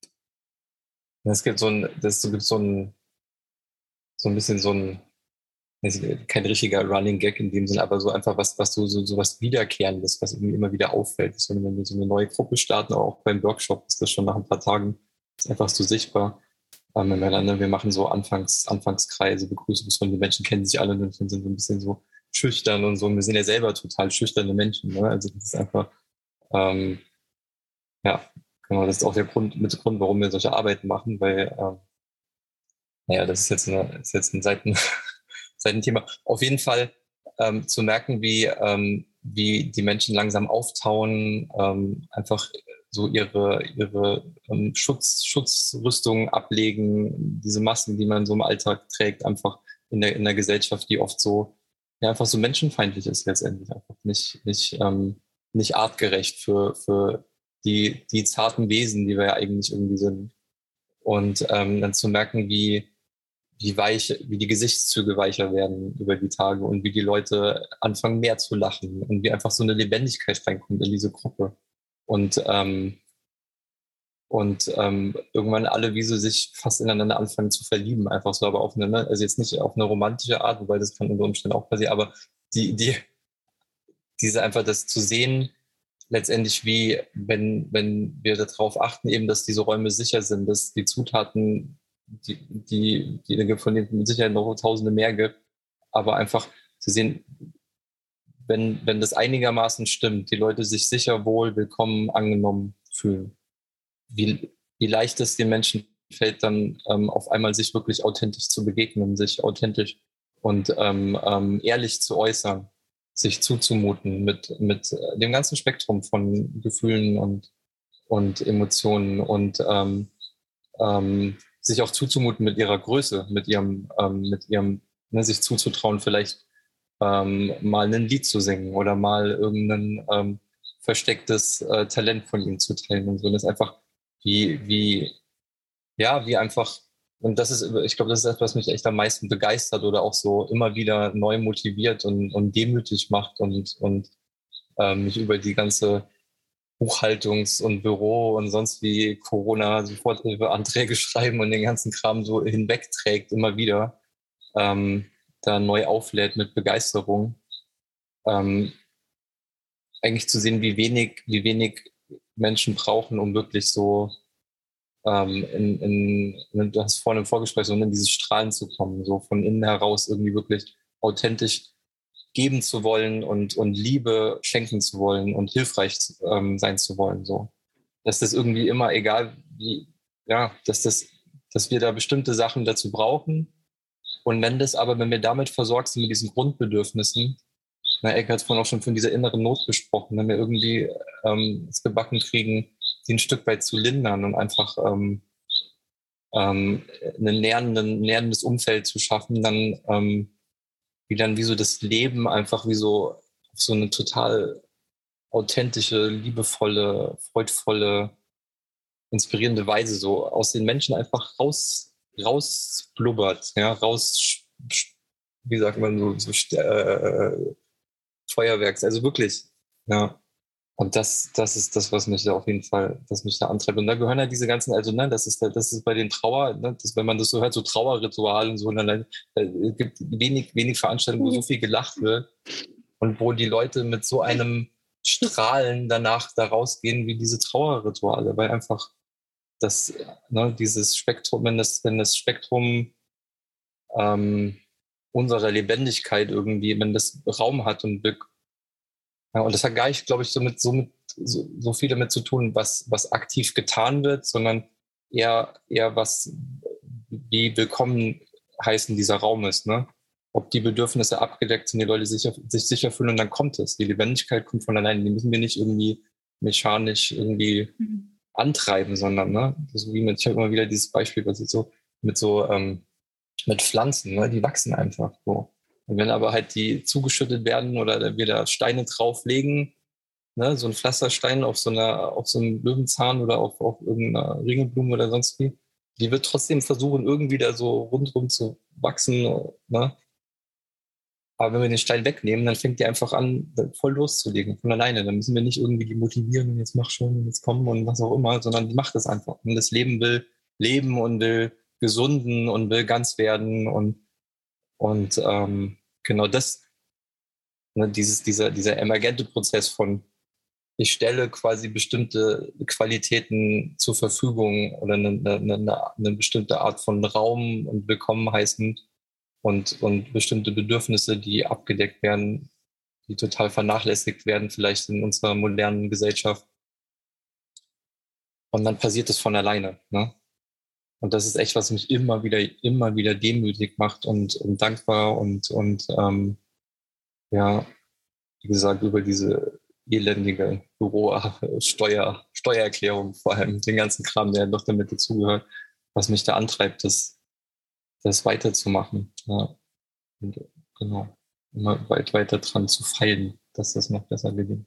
Es gibt so ein, das gibt so ein, so ein bisschen so ein, kein richtiger Running Gag in dem Sinne, aber so einfach was, was so, so, so was Wiederkehrendes, was irgendwie immer wieder auffällt. Das, wenn wir so eine neue Gruppe starten, auch beim Workshop, ist das schon nach ein paar Tagen ist einfach so sichtbar. Ähm, wir machen so Anfangs, Anfangskreise, Begrüßungsrunden, die Menschen kennen sich alle und sind so ein bisschen so schüchtern und so. Und wir sind ja selber total schüchterne Menschen. Ne? Also das ist einfach, ähm, ja, genau, das ist auch der Grund, mit der Grund, warum wir solche Arbeiten machen, weil, ähm, naja, das ist jetzt, eine, ist jetzt ein Seiten, Seitenthema. Auf jeden Fall ähm, zu merken, wie, ähm, wie die Menschen langsam auftauen, ähm, einfach so ihre, ihre ähm, Schutz, Schutzrüstung ablegen, diese Masken, die man so im Alltag trägt, einfach in der, in der Gesellschaft, die oft so, ja, einfach so menschenfeindlich ist letztendlich, einfach nicht, nicht, ähm, nicht artgerecht für, für die, die zarten Wesen, die wir ja eigentlich irgendwie sind. Und ähm, dann zu merken, wie, wie weich, wie die Gesichtszüge weicher werden über die Tage und wie die Leute anfangen mehr zu lachen und wie einfach so eine Lebendigkeit reinkommt in diese Gruppe. Und, ähm, und ähm, irgendwann alle wie so sich fast ineinander anfangen zu verlieben, einfach so, aber auf eine, also jetzt nicht auf eine romantische Art, wobei das kann unter Umständen auch passieren, aber die, die, diese einfach das zu sehen, letztendlich wie, wenn, wenn wir darauf achten, eben, dass diese Räume sicher sind, dass die Zutaten, die, die, die von denen mit Sicherheit noch Tausende mehr gibt, aber einfach zu sehen, wenn, wenn das einigermaßen stimmt, die Leute sich sicher, wohl, willkommen, angenommen fühlen, wie, wie leicht es den Menschen fällt, dann ähm, auf einmal sich wirklich authentisch zu begegnen, sich authentisch und ähm, ähm, ehrlich zu äußern, sich zuzumuten mit, mit dem ganzen Spektrum von Gefühlen und, und Emotionen und ähm, ähm, sich auch zuzumuten mit ihrer Größe, mit ihrem, ähm, mit ihrem, ne, sich zuzutrauen, vielleicht ähm, mal ein Lied zu singen oder mal irgendein ähm, verstecktes äh, Talent von ihnen zu teilen und so. Und das ist einfach wie, wie, ja, wie einfach, und das ist, ich glaube, das ist das, was mich echt am meisten begeistert oder auch so immer wieder neu motiviert und, und demütig macht und, und ähm, mich über die ganze Buchhaltungs- und Büro und sonst wie Corona Soforthilfeanträge schreiben und den ganzen Kram so hinwegträgt, immer wieder, ähm, da neu auflädt mit Begeisterung. Ähm, eigentlich zu sehen, wie wenig, wie wenig Menschen brauchen, um wirklich so ähm, in, in, du hast vorhin im Vorgespräch so in dieses Strahlen zu kommen, so von innen heraus irgendwie wirklich authentisch geben zu wollen und, und Liebe schenken zu wollen und hilfreich ähm, sein zu wollen. So. Dass das irgendwie immer, egal wie, ja, dass das, dass wir da bestimmte Sachen dazu brauchen. Und wenn das aber, wenn wir damit versorgt sind mit diesen Grundbedürfnissen, na, Ecke hat vorhin auch schon von dieser inneren Not gesprochen, wenn wir irgendwie ähm, es gebacken kriegen, sie ein Stück weit zu lindern und einfach ähm, ähm, ein nährenden, nährendes Umfeld zu schaffen, dann ähm, wie dann wie so das Leben einfach wie so auf so eine total authentische, liebevolle, freudvolle, inspirierende Weise so aus den Menschen einfach raus rausblubbert, ja, raus, wie sagt man so, so äh, Feuerwerks, also wirklich, ja. Und das, das ist das, was mich da auf jeden Fall, das mich da antreibt. Und da gehören halt diese ganzen, also ne, das ist, das ist bei den Trauer, ne, das, wenn man das so hört, so Trauerrituale und so, und dann äh, es gibt wenig, wenig Veranstaltungen, wo so viel gelacht wird und wo die Leute mit so einem Strahlen danach da rausgehen wie diese Trauerrituale, weil einfach das, ne, dieses Spektrum, wenn das, wenn das Spektrum ähm, unserer Lebendigkeit irgendwie, wenn das Raum hat und ja, und das hat gar nicht, glaube ich, so, mit, so, mit, so, so viel damit zu tun, was, was aktiv getan wird, sondern eher, eher was, wie willkommen heißen dieser Raum ist. Ne? Ob die Bedürfnisse abgedeckt sind, die Leute sich, sich sicher fühlen und dann kommt es. Die Lebendigkeit kommt von alleine. Die müssen wir nicht irgendwie mechanisch irgendwie mhm. antreiben, sondern, ne? So wie mit, ich habe immer wieder dieses Beispiel, was ich so mit so ähm, mit Pflanzen, ne? Die wachsen einfach so. Und wenn aber halt die zugeschüttet werden oder wir da Steine drauflegen, ne, so ein Pflasterstein auf so einer, auf so einem Löwenzahn oder auf, auf irgendeiner Ringelblume oder sonst wie, die wird trotzdem versuchen, irgendwie da so rundherum zu wachsen, ne? Aber wenn wir den Stein wegnehmen, dann fängt die einfach an, voll loszulegen, von alleine. Dann müssen wir nicht irgendwie die motivieren, jetzt mach schon, jetzt komm und was auch immer, sondern die macht das einfach. Und das Leben will leben und will gesunden und will ganz werden und, und ähm, genau das, ne, dieses, dieser, dieser emergente Prozess von, ich stelle quasi bestimmte Qualitäten zur Verfügung oder eine, eine, eine bestimmte Art von Raum und Willkommen heißen und, und bestimmte Bedürfnisse, die abgedeckt werden, die total vernachlässigt werden, vielleicht in unserer modernen Gesellschaft. Und dann passiert es von alleine, ne? Und das ist echt, was mich immer wieder, immer wieder demütig macht und, und dankbar und, und ähm, ja, wie gesagt, über diese elendige Büro-Steuer, Steuererklärung, vor allem den ganzen Kram, der noch damit dazugehört, was mich da antreibt, das, das weiterzumachen. Ja. Und, genau, immer weit weiter dran zu feilen, dass das noch besser gelingt.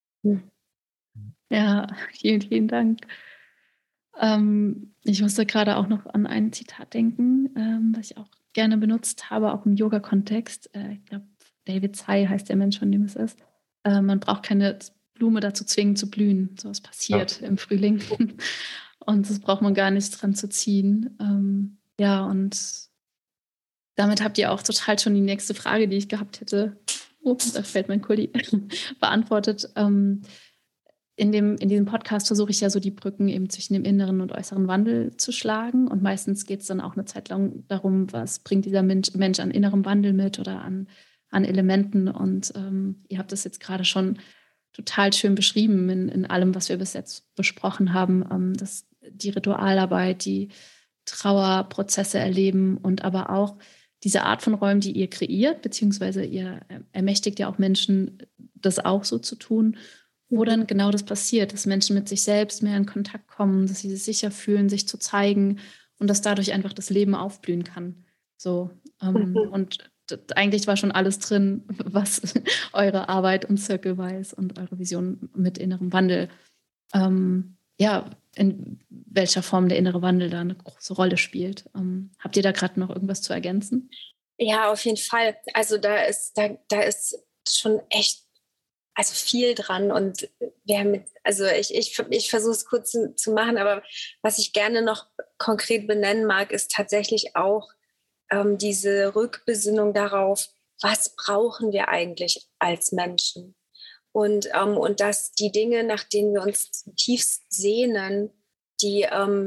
Ja, vielen, vielen Dank. Ähm, ich musste gerade auch noch an ein Zitat denken, ähm, das ich auch gerne benutzt habe, auch im Yoga-Kontext. Äh, ich glaube, David Tsai heißt der Mensch, von dem es ist. Äh, man braucht keine Blume dazu zwingen zu blühen. So was passiert ja. im Frühling. Und das braucht man gar nicht dran zu ziehen. Ähm, ja, und damit habt ihr auch total schon die nächste Frage, die ich gehabt hätte, oh, da fällt mein Kuli, beantwortet. Ähm, In, dem, in diesem Podcast versuche ich ja so die Brücken eben zwischen dem inneren und äußeren Wandel zu schlagen. Und meistens geht es dann auch eine Zeit lang darum, was bringt dieser Mensch, Mensch an innerem Wandel mit oder an, an Elementen. Und ähm, ihr habt das jetzt gerade schon total schön beschrieben in, in allem, was wir bis jetzt besprochen haben. Ähm, dass die Ritualarbeit, die Trauerprozesse erleben und aber auch diese Art von Räumen, die ihr kreiert, beziehungsweise ihr ermächtigt ja auch Menschen, das auch so zu tun, wo dann genau das passiert, dass Menschen mit sich selbst mehr in Kontakt kommen, dass sie sich sicher fühlen, sich zu zeigen und dass dadurch einfach das Leben aufblühen kann. So, ähm, mhm. Und eigentlich war schon alles drin, was eure Arbeit und Circle weiß und eure Vision mit innerem Wandel, ähm, ja, in welcher Form der innere Wandel da eine große Rolle spielt. Ähm, habt ihr da gerade noch irgendwas zu ergänzen? Ja, auf jeden Fall. Also da ist, da, da ist schon echt also viel dran und wir haben mit, also ich, ich, ich versuche es kurz zu, zu machen, aber was ich gerne noch konkret benennen mag, ist tatsächlich auch ähm, diese Rückbesinnung darauf, was brauchen wir eigentlich als Menschen? Und, ähm, und dass die Dinge, nach denen wir uns zutiefst sehnen, die, ähm,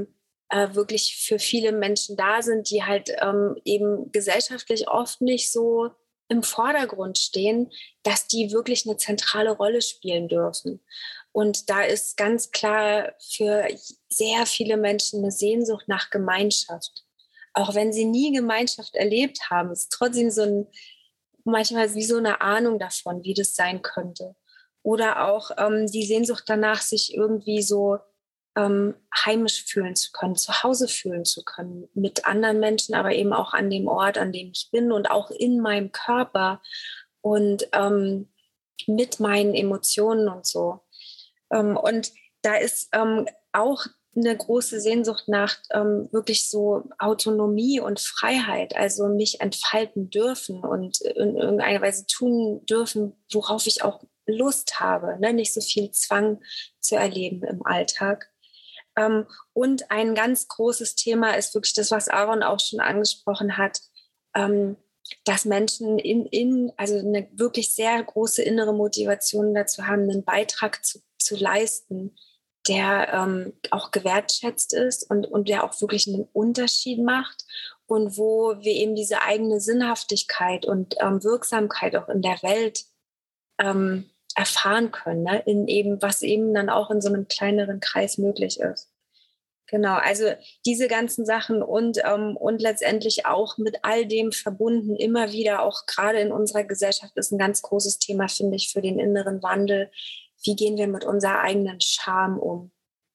äh, wirklich für viele Menschen da sind, die halt ähm, eben gesellschaftlich oft nicht so im Vordergrund stehen, dass die wirklich eine zentrale Rolle spielen dürfen. Und da ist ganz klar für sehr viele Menschen eine Sehnsucht nach Gemeinschaft. Auch wenn sie nie Gemeinschaft erlebt haben, ist trotzdem so ein, manchmal wie so eine Ahnung davon, wie das sein könnte. Oder auch ähm, die Sehnsucht danach, sich irgendwie so ähm, heimisch fühlen zu können, zu Hause fühlen zu können, mit anderen Menschen, aber eben auch an dem Ort, an dem ich bin und auch in meinem Körper und ähm, mit meinen Emotionen und so. Ähm, und da ist ähm, auch eine große Sehnsucht nach ähm, wirklich so Autonomie und Freiheit, also mich entfalten dürfen und in irgendeiner Weise tun dürfen, worauf ich auch Lust habe, ne? Nicht so viel Zwang zu erleben im Alltag. Ähm, und ein ganz großes Thema ist wirklich das, was Aaron auch schon angesprochen hat, ähm, dass Menschen in, in, also eine wirklich sehr große innere Motivation dazu haben, einen Beitrag zu, zu leisten, der ähm, auch gewertschätzt ist und, und der auch wirklich einen Unterschied macht und wo wir eben diese eigene Sinnhaftigkeit und ähm, Wirksamkeit auch in der Welt ähm, erfahren können, ne? In eben, was eben dann auch in so einem kleineren Kreis möglich ist. Genau, also diese ganzen Sachen und, ähm, und letztendlich auch mit all dem verbunden, immer wieder, auch gerade in unserer Gesellschaft, ist ein ganz großes Thema, finde ich, für den inneren Wandel. Wie gehen wir mit unserer eigenen Scham um?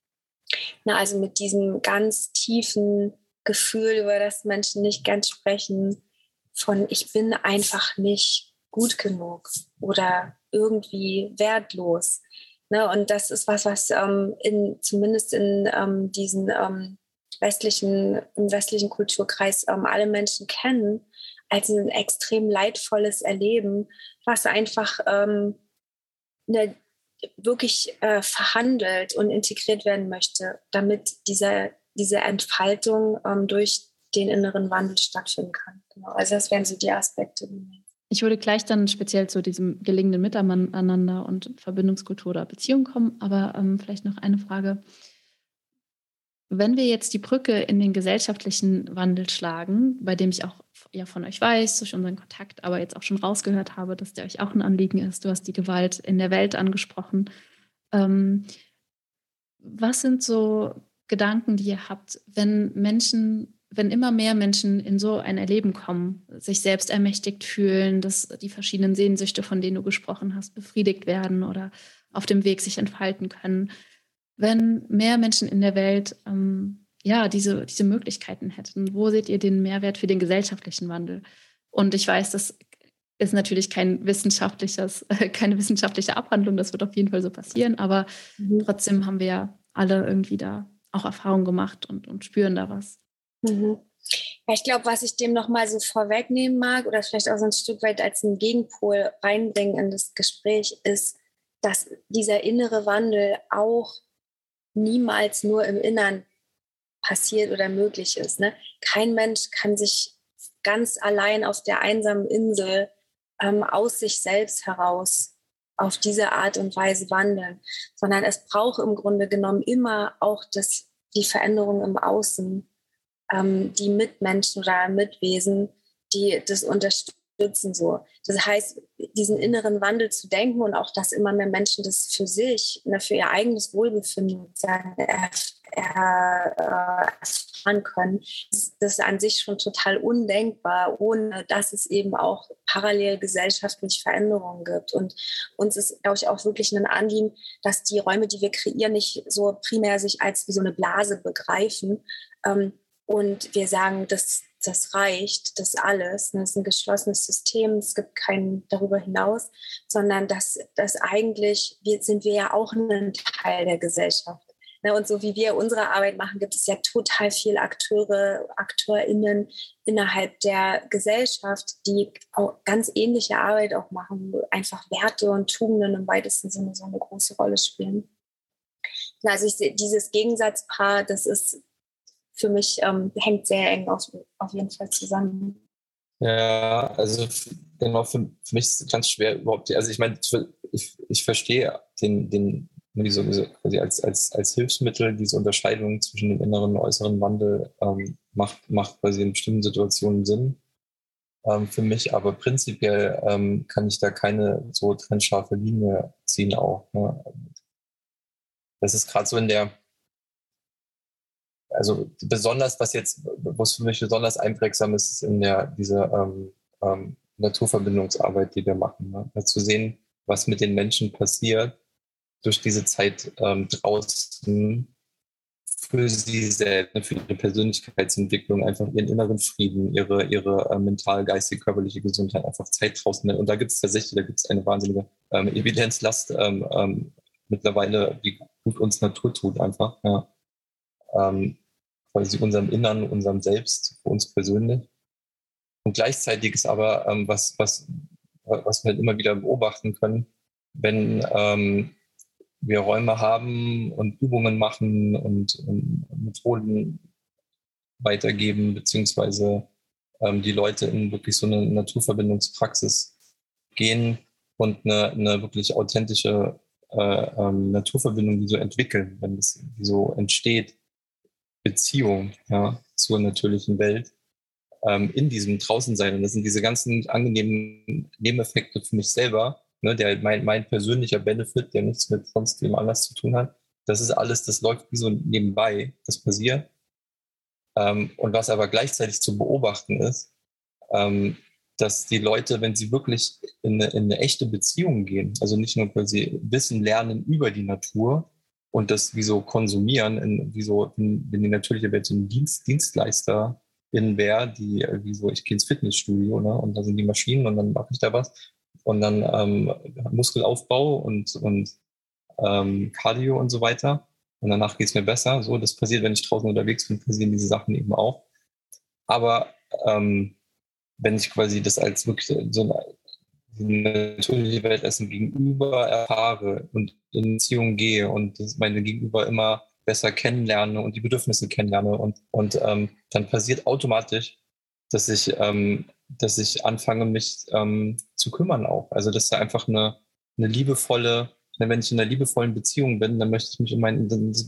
Na, also mit diesem ganz tiefen Gefühl, über das Menschen nicht ganz sprechen, von ich bin einfach nicht gut genug oder irgendwie wertlos. Ne, und das ist was, was ähm, in, zumindest in ähm, diesen ähm, westlichen, im westlichen Kulturkreis ähm, alle Menschen kennen, als ein extrem leidvolles Erleben, was einfach ähm, eine, wirklich äh, verhandelt und integriert werden möchte, damit diese, diese Entfaltung ähm, durch den inneren Wandel stattfinden kann. Genau. Also das wären so die Aspekte. Ich würde gleich dann speziell zu diesem gelingenden Miteinander und Verbindungskultur oder Beziehung kommen, aber ähm, vielleicht noch eine Frage. Wenn wir jetzt die Brücke in den gesellschaftlichen Wandel schlagen, bei dem ich auch ja von euch weiß, durch unseren Kontakt, aber jetzt auch schon rausgehört habe, dass der euch auch ein Anliegen ist, du hast die Gewalt in der Welt angesprochen. Ähm, was sind so Gedanken, die ihr habt, wenn Menschen wenn immer mehr Menschen in so ein Erleben kommen, sich selbst ermächtigt fühlen, dass die verschiedenen Sehnsüchte, von denen du gesprochen hast, befriedigt werden oder auf dem Weg sich entfalten können, wenn mehr Menschen in der Welt ähm, ja, diese, diese Möglichkeiten hätten, wo seht ihr den Mehrwert für den gesellschaftlichen Wandel? Und ich weiß, das ist natürlich kein wissenschaftliches, äh, keine wissenschaftliche Abhandlung, das wird auf jeden Fall so passieren, aber mhm. trotzdem haben wir ja alle irgendwie da auch Erfahrungen gemacht und, und spüren da was. Mhm. Ja, ich glaube, was ich dem nochmal so vorwegnehmen mag oder vielleicht auch so ein Stück weit als einen Gegenpol reinbringen in das Gespräch, ist, dass dieser innere Wandel auch niemals nur im Innern passiert oder möglich ist. Ne? Kein Mensch kann sich ganz allein auf der einsamen Insel ähm, aus sich selbst heraus auf diese Art und Weise wandeln, sondern es braucht im Grunde genommen immer auch das, die Veränderung im Außen, die Mitmenschen oder Mitwesen, die das unterstützen. So. Das heißt, diesen inneren Wandel zu denken und auch, dass immer mehr Menschen das für sich, für ihr eigenes Wohlbefinden sagen, er, er, erfahren können, das, das ist an sich schon total undenkbar, ohne dass es eben auch parallel gesellschaftliche Veränderungen gibt. Und uns ist, glaube ich, auch wirklich ein Anliegen, dass die Räume, die wir kreieren, nicht so primär sich als wie so eine Blase begreifen, ähm, und wir sagen, das, das reicht, das alles. Das ist ein geschlossenes System, es gibt keinen darüber hinaus, sondern dass das eigentlich, wir, sind wir ja auch ein Teil der Gesellschaft. Und so wie wir unsere Arbeit machen, gibt es ja total viele Akteure, AkteurInnen innerhalb der Gesellschaft, die auch ganz ähnliche Arbeit auch machen, wo einfach Werte und Tugenden im weitesten Sinne so eine große Rolle spielen. Also ich sehe dieses Gegensatzpaar, das ist für mich ähm, hängt sehr eng auf, auf jeden Fall zusammen. Ja, also genau, für, für mich ist es ganz schwer überhaupt, also ich meine, ich, ich verstehe den, den wie so, so quasi als, als, als Hilfsmittel diese Unterscheidung zwischen dem inneren und äußeren Wandel ähm, macht, macht quasi in bestimmten Situationen Sinn ähm, für mich, aber prinzipiell ähm, kann ich da keine so trennscharfe Linie ziehen auch. Ne? Das ist gerade so in der, also besonders, was jetzt, was für mich besonders einprägsam ist, ist in der, diese ähm, ähm, Naturverbindungsarbeit, die wir machen. Ne? Also zu sehen, was mit den Menschen passiert durch diese Zeit ähm, draußen für sie selbst, für ihre Persönlichkeitsentwicklung, einfach ihren inneren Frieden, ihre, ihre äh, mental, geistige, körperliche Gesundheit, einfach Zeit draußen. Und da gibt es tatsächlich, da gibt es eine wahnsinnige ähm, Evidenzlast ähm, ähm, mittlerweile, wie gut uns Natur tut einfach. Ja. Ähm, quasi unserem Innern, unserem Selbst, für uns persönlich. Und gleichzeitig ist aber, ähm, was, was, was wir halt immer wieder beobachten können, wenn ähm, wir Räume haben und Übungen machen und, und Methoden weitergeben, beziehungsweise ähm, die Leute in wirklich so eine Naturverbindungspraxis gehen und eine, eine wirklich authentische äh, ähm, Naturverbindung, die so entwickeln, wenn es die so entsteht, Beziehung ja, zur natürlichen Welt, ähm, in diesem Draußensein. Und das sind diese ganzen angenehmen Nebeneffekte für mich selber, ne, der, mein, mein persönlicher Benefit, der nichts mit sonst wem anders zu tun hat. Das ist alles, das läuft wie so nebenbei, das passiert. Ähm, und was aber gleichzeitig zu beobachten ist, ähm, dass die Leute, wenn sie wirklich in eine, in eine echte Beziehung gehen, also nicht nur, weil sie Wissen lernen über die Natur und das wie so konsumieren, in, wie so, wenn die natürliche Welt so ein Dienst, Dienstleister in wäre, die wie so, ich gehe ins Fitnessstudio, ne, und da sind die Maschinen und dann mache ich da was und dann ähm, Muskelaufbau und, und ähm, Cardio und so weiter und danach geht es mir besser. So, das passiert, wenn ich draußen unterwegs bin, passieren diese Sachen eben auch. Aber ähm, wenn ich quasi das als wirklich so eine, eine natürliche Weltessen gegenüber erfahre und in Beziehung gehe und das meine Gegenüber immer besser kennenlerne und die Bedürfnisse kennenlerne und, und ähm, dann passiert automatisch, dass ich, ähm, dass ich anfange, mich ähm, zu kümmern auch. Also dass da einfach eine, eine liebevolle, wenn ich in einer liebevollen Beziehung bin, dann möchte ich mich in meinen,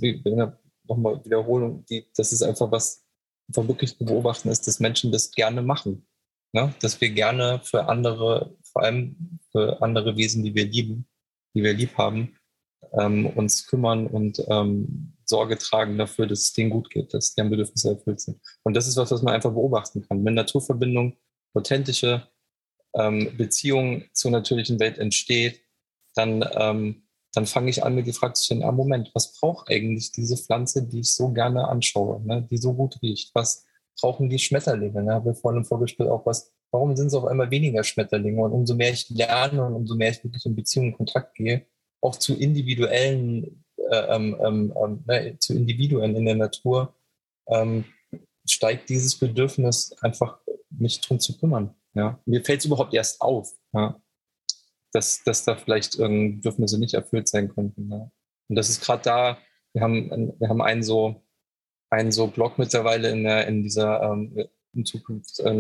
nochmal Wiederholung, die, das ist einfach was, einfach wirklich zu beobachten ist, dass Menschen das gerne machen. Ne? Dass wir gerne für andere, vor allem für andere Wesen, die wir lieben, die wir lieb haben, ähm, uns kümmern und ähm, Sorge tragen dafür, dass es denen gut geht, dass deren Bedürfnisse erfüllt sind. Und das ist was, was man einfach beobachten kann. Wenn Naturverbindung, authentische ähm, Beziehung zur natürlichen Welt entsteht, dann, ähm, dann fange ich an, mir die Frage zu stellen, ah, Moment, was braucht eigentlich diese Pflanze, die ich so gerne anschaue, ne, die so gut riecht? Was brauchen die Schmetterlinge? Ne? Haben wir vorhin im Vorgespräch auch was, warum sind es auf einmal weniger Schmetterlinge? Und umso mehr ich lerne und umso mehr ich wirklich in Beziehung in Kontakt gehe, auch zu individuellen, äh, ähm, ähm, ne, zu Individuen in der Natur, ähm, steigt dieses Bedürfnis einfach, mich drum zu kümmern. Ja? Mir fällt es überhaupt erst auf, ja? dass, dass da vielleicht ähm, Bedürfnisse nicht erfüllt sein könnten. Ja? Und das ist gerade da, wir haben, wir haben einen so, einen so Blog mittlerweile in, der, in dieser ähm, in Zukunft äh,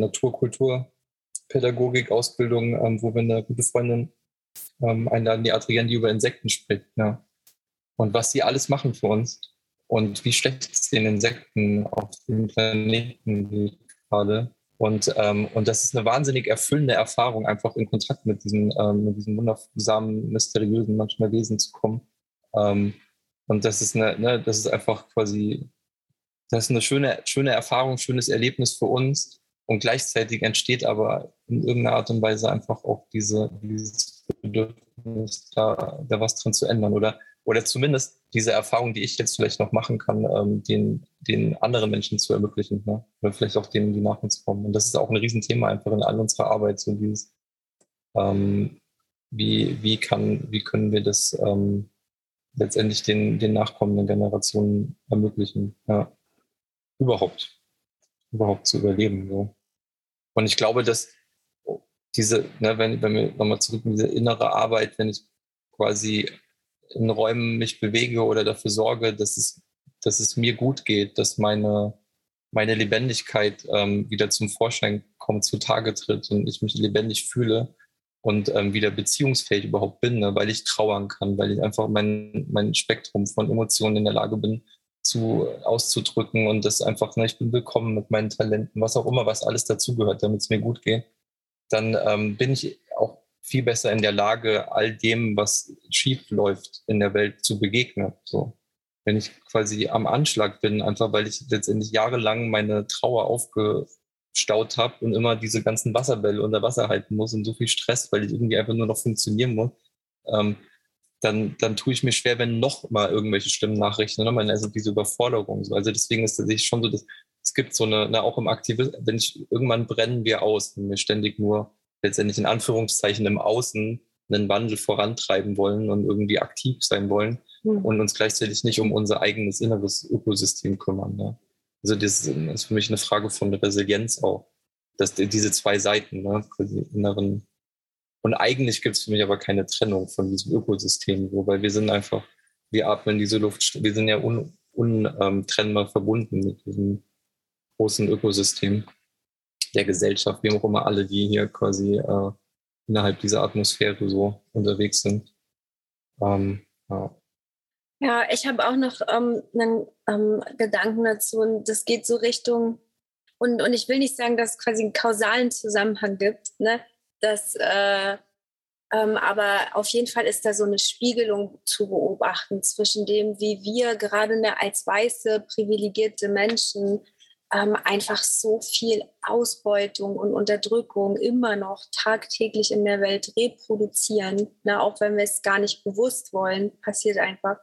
Naturkulturpädagogik-Ausbildung, ähm, wo wir eine gute Freundin ähm, einladen, die Adrienne, die über Insekten spricht. Ja. Und was sie alles machen für uns und wie schlecht es den Insekten auf dem Planeten geht gerade. Und, ähm, und das ist eine wahnsinnig erfüllende Erfahrung, einfach in Kontakt mit diesen, ähm, mit diesen wundersamen, mysteriösen, manchmal Wesen zu kommen. Ähm, und das ist, eine, ne, das ist einfach quasi, das ist eine schöne, schöne Erfahrung, schönes Erlebnis für uns. Und gleichzeitig entsteht aber in irgendeiner Art und Weise einfach auch diese, dieses Bedürfnis, da, da was dran zu ändern. Oder, oder zumindest diese Erfahrung, die ich jetzt vielleicht noch machen kann, ähm, den, den anderen Menschen zu ermöglichen. Ne? Oder vielleicht auch denen, die nach uns kommen. Und das ist auch ein Riesenthema einfach in all unserer Arbeit. So dieses, ähm, wie, wie, kann, wie können wir das ähm, letztendlich den, den nachkommenden Generationen ermöglichen. Ja. Überhaupt, überhaupt zu überleben. So. Und ich glaube, dass diese, ne, wenn, wenn wir nochmal zurück in diese innere Arbeit, wenn ich quasi in Räumen mich bewege oder dafür sorge, dass es, dass es mir gut geht, dass meine, meine Lebendigkeit ähm, wieder zum Vorschein kommt, zutage tritt und ich mich lebendig fühle, und ähm, wieder beziehungsfähig überhaupt bin, ne? Weil ich trauern kann, weil ich einfach mein, mein Spektrum von Emotionen in der Lage bin, zu auszudrücken und das einfach, ne, ich bin willkommen mit meinen Talenten, was auch immer, was alles dazugehört, damit es mir gut geht, dann ähm, bin ich auch viel besser in der Lage, all dem, was schief läuft in der Welt, zu begegnen. So. Wenn ich quasi am Anschlag bin, einfach weil ich letztendlich jahrelang meine Trauer aufgestaut habe und immer diese ganzen Wasserbälle unter Wasser halten muss und so viel Stress, weil ich irgendwie einfach nur noch funktionieren muss, ähm, dann, dann tue ich mir schwer, wenn noch mal irgendwelche Stimmennachrichten, ne? Also diese Überforderung. So. Also deswegen ist es schon so, dass es gibt so eine, na, auch im Aktivismus, wenn ich, irgendwann brennen wir aus, wenn wir ständig nur letztendlich in Anführungszeichen im Außen einen Wandel vorantreiben wollen und irgendwie aktiv sein wollen mhm. und uns gleichzeitig nicht um unser eigenes inneres Ökosystem kümmern. Ne? Also das ist für mich eine Frage von Resilienz auch, dass diese zwei Seiten, ne, die inneren. Und eigentlich gibt es für mich aber keine Trennung von diesem Ökosystem, so, weil wir sind einfach, wir atmen diese Luft, wir sind ja untrennbar un, ähm, verbunden mit diesem großen Ökosystem der Gesellschaft, wie auch immer alle, die hier quasi äh, innerhalb dieser Atmosphäre so unterwegs sind. Ähm, ja. ja, ich habe auch noch ähm, einen ähm, Gedanken dazu und das geht so Richtung, und, und ich will nicht sagen, dass es quasi einen kausalen Zusammenhang gibt, ne? dass äh, ähm, aber auf jeden Fall ist da so eine Spiegelung zu beobachten zwischen dem, wie wir gerade ne, als weiße, privilegierte Menschen ähm, einfach so viel Ausbeutung und Unterdrückung immer noch tagtäglich in der Welt reproduzieren, ne, auch wenn wir es gar nicht bewusst wollen, passiert einfach.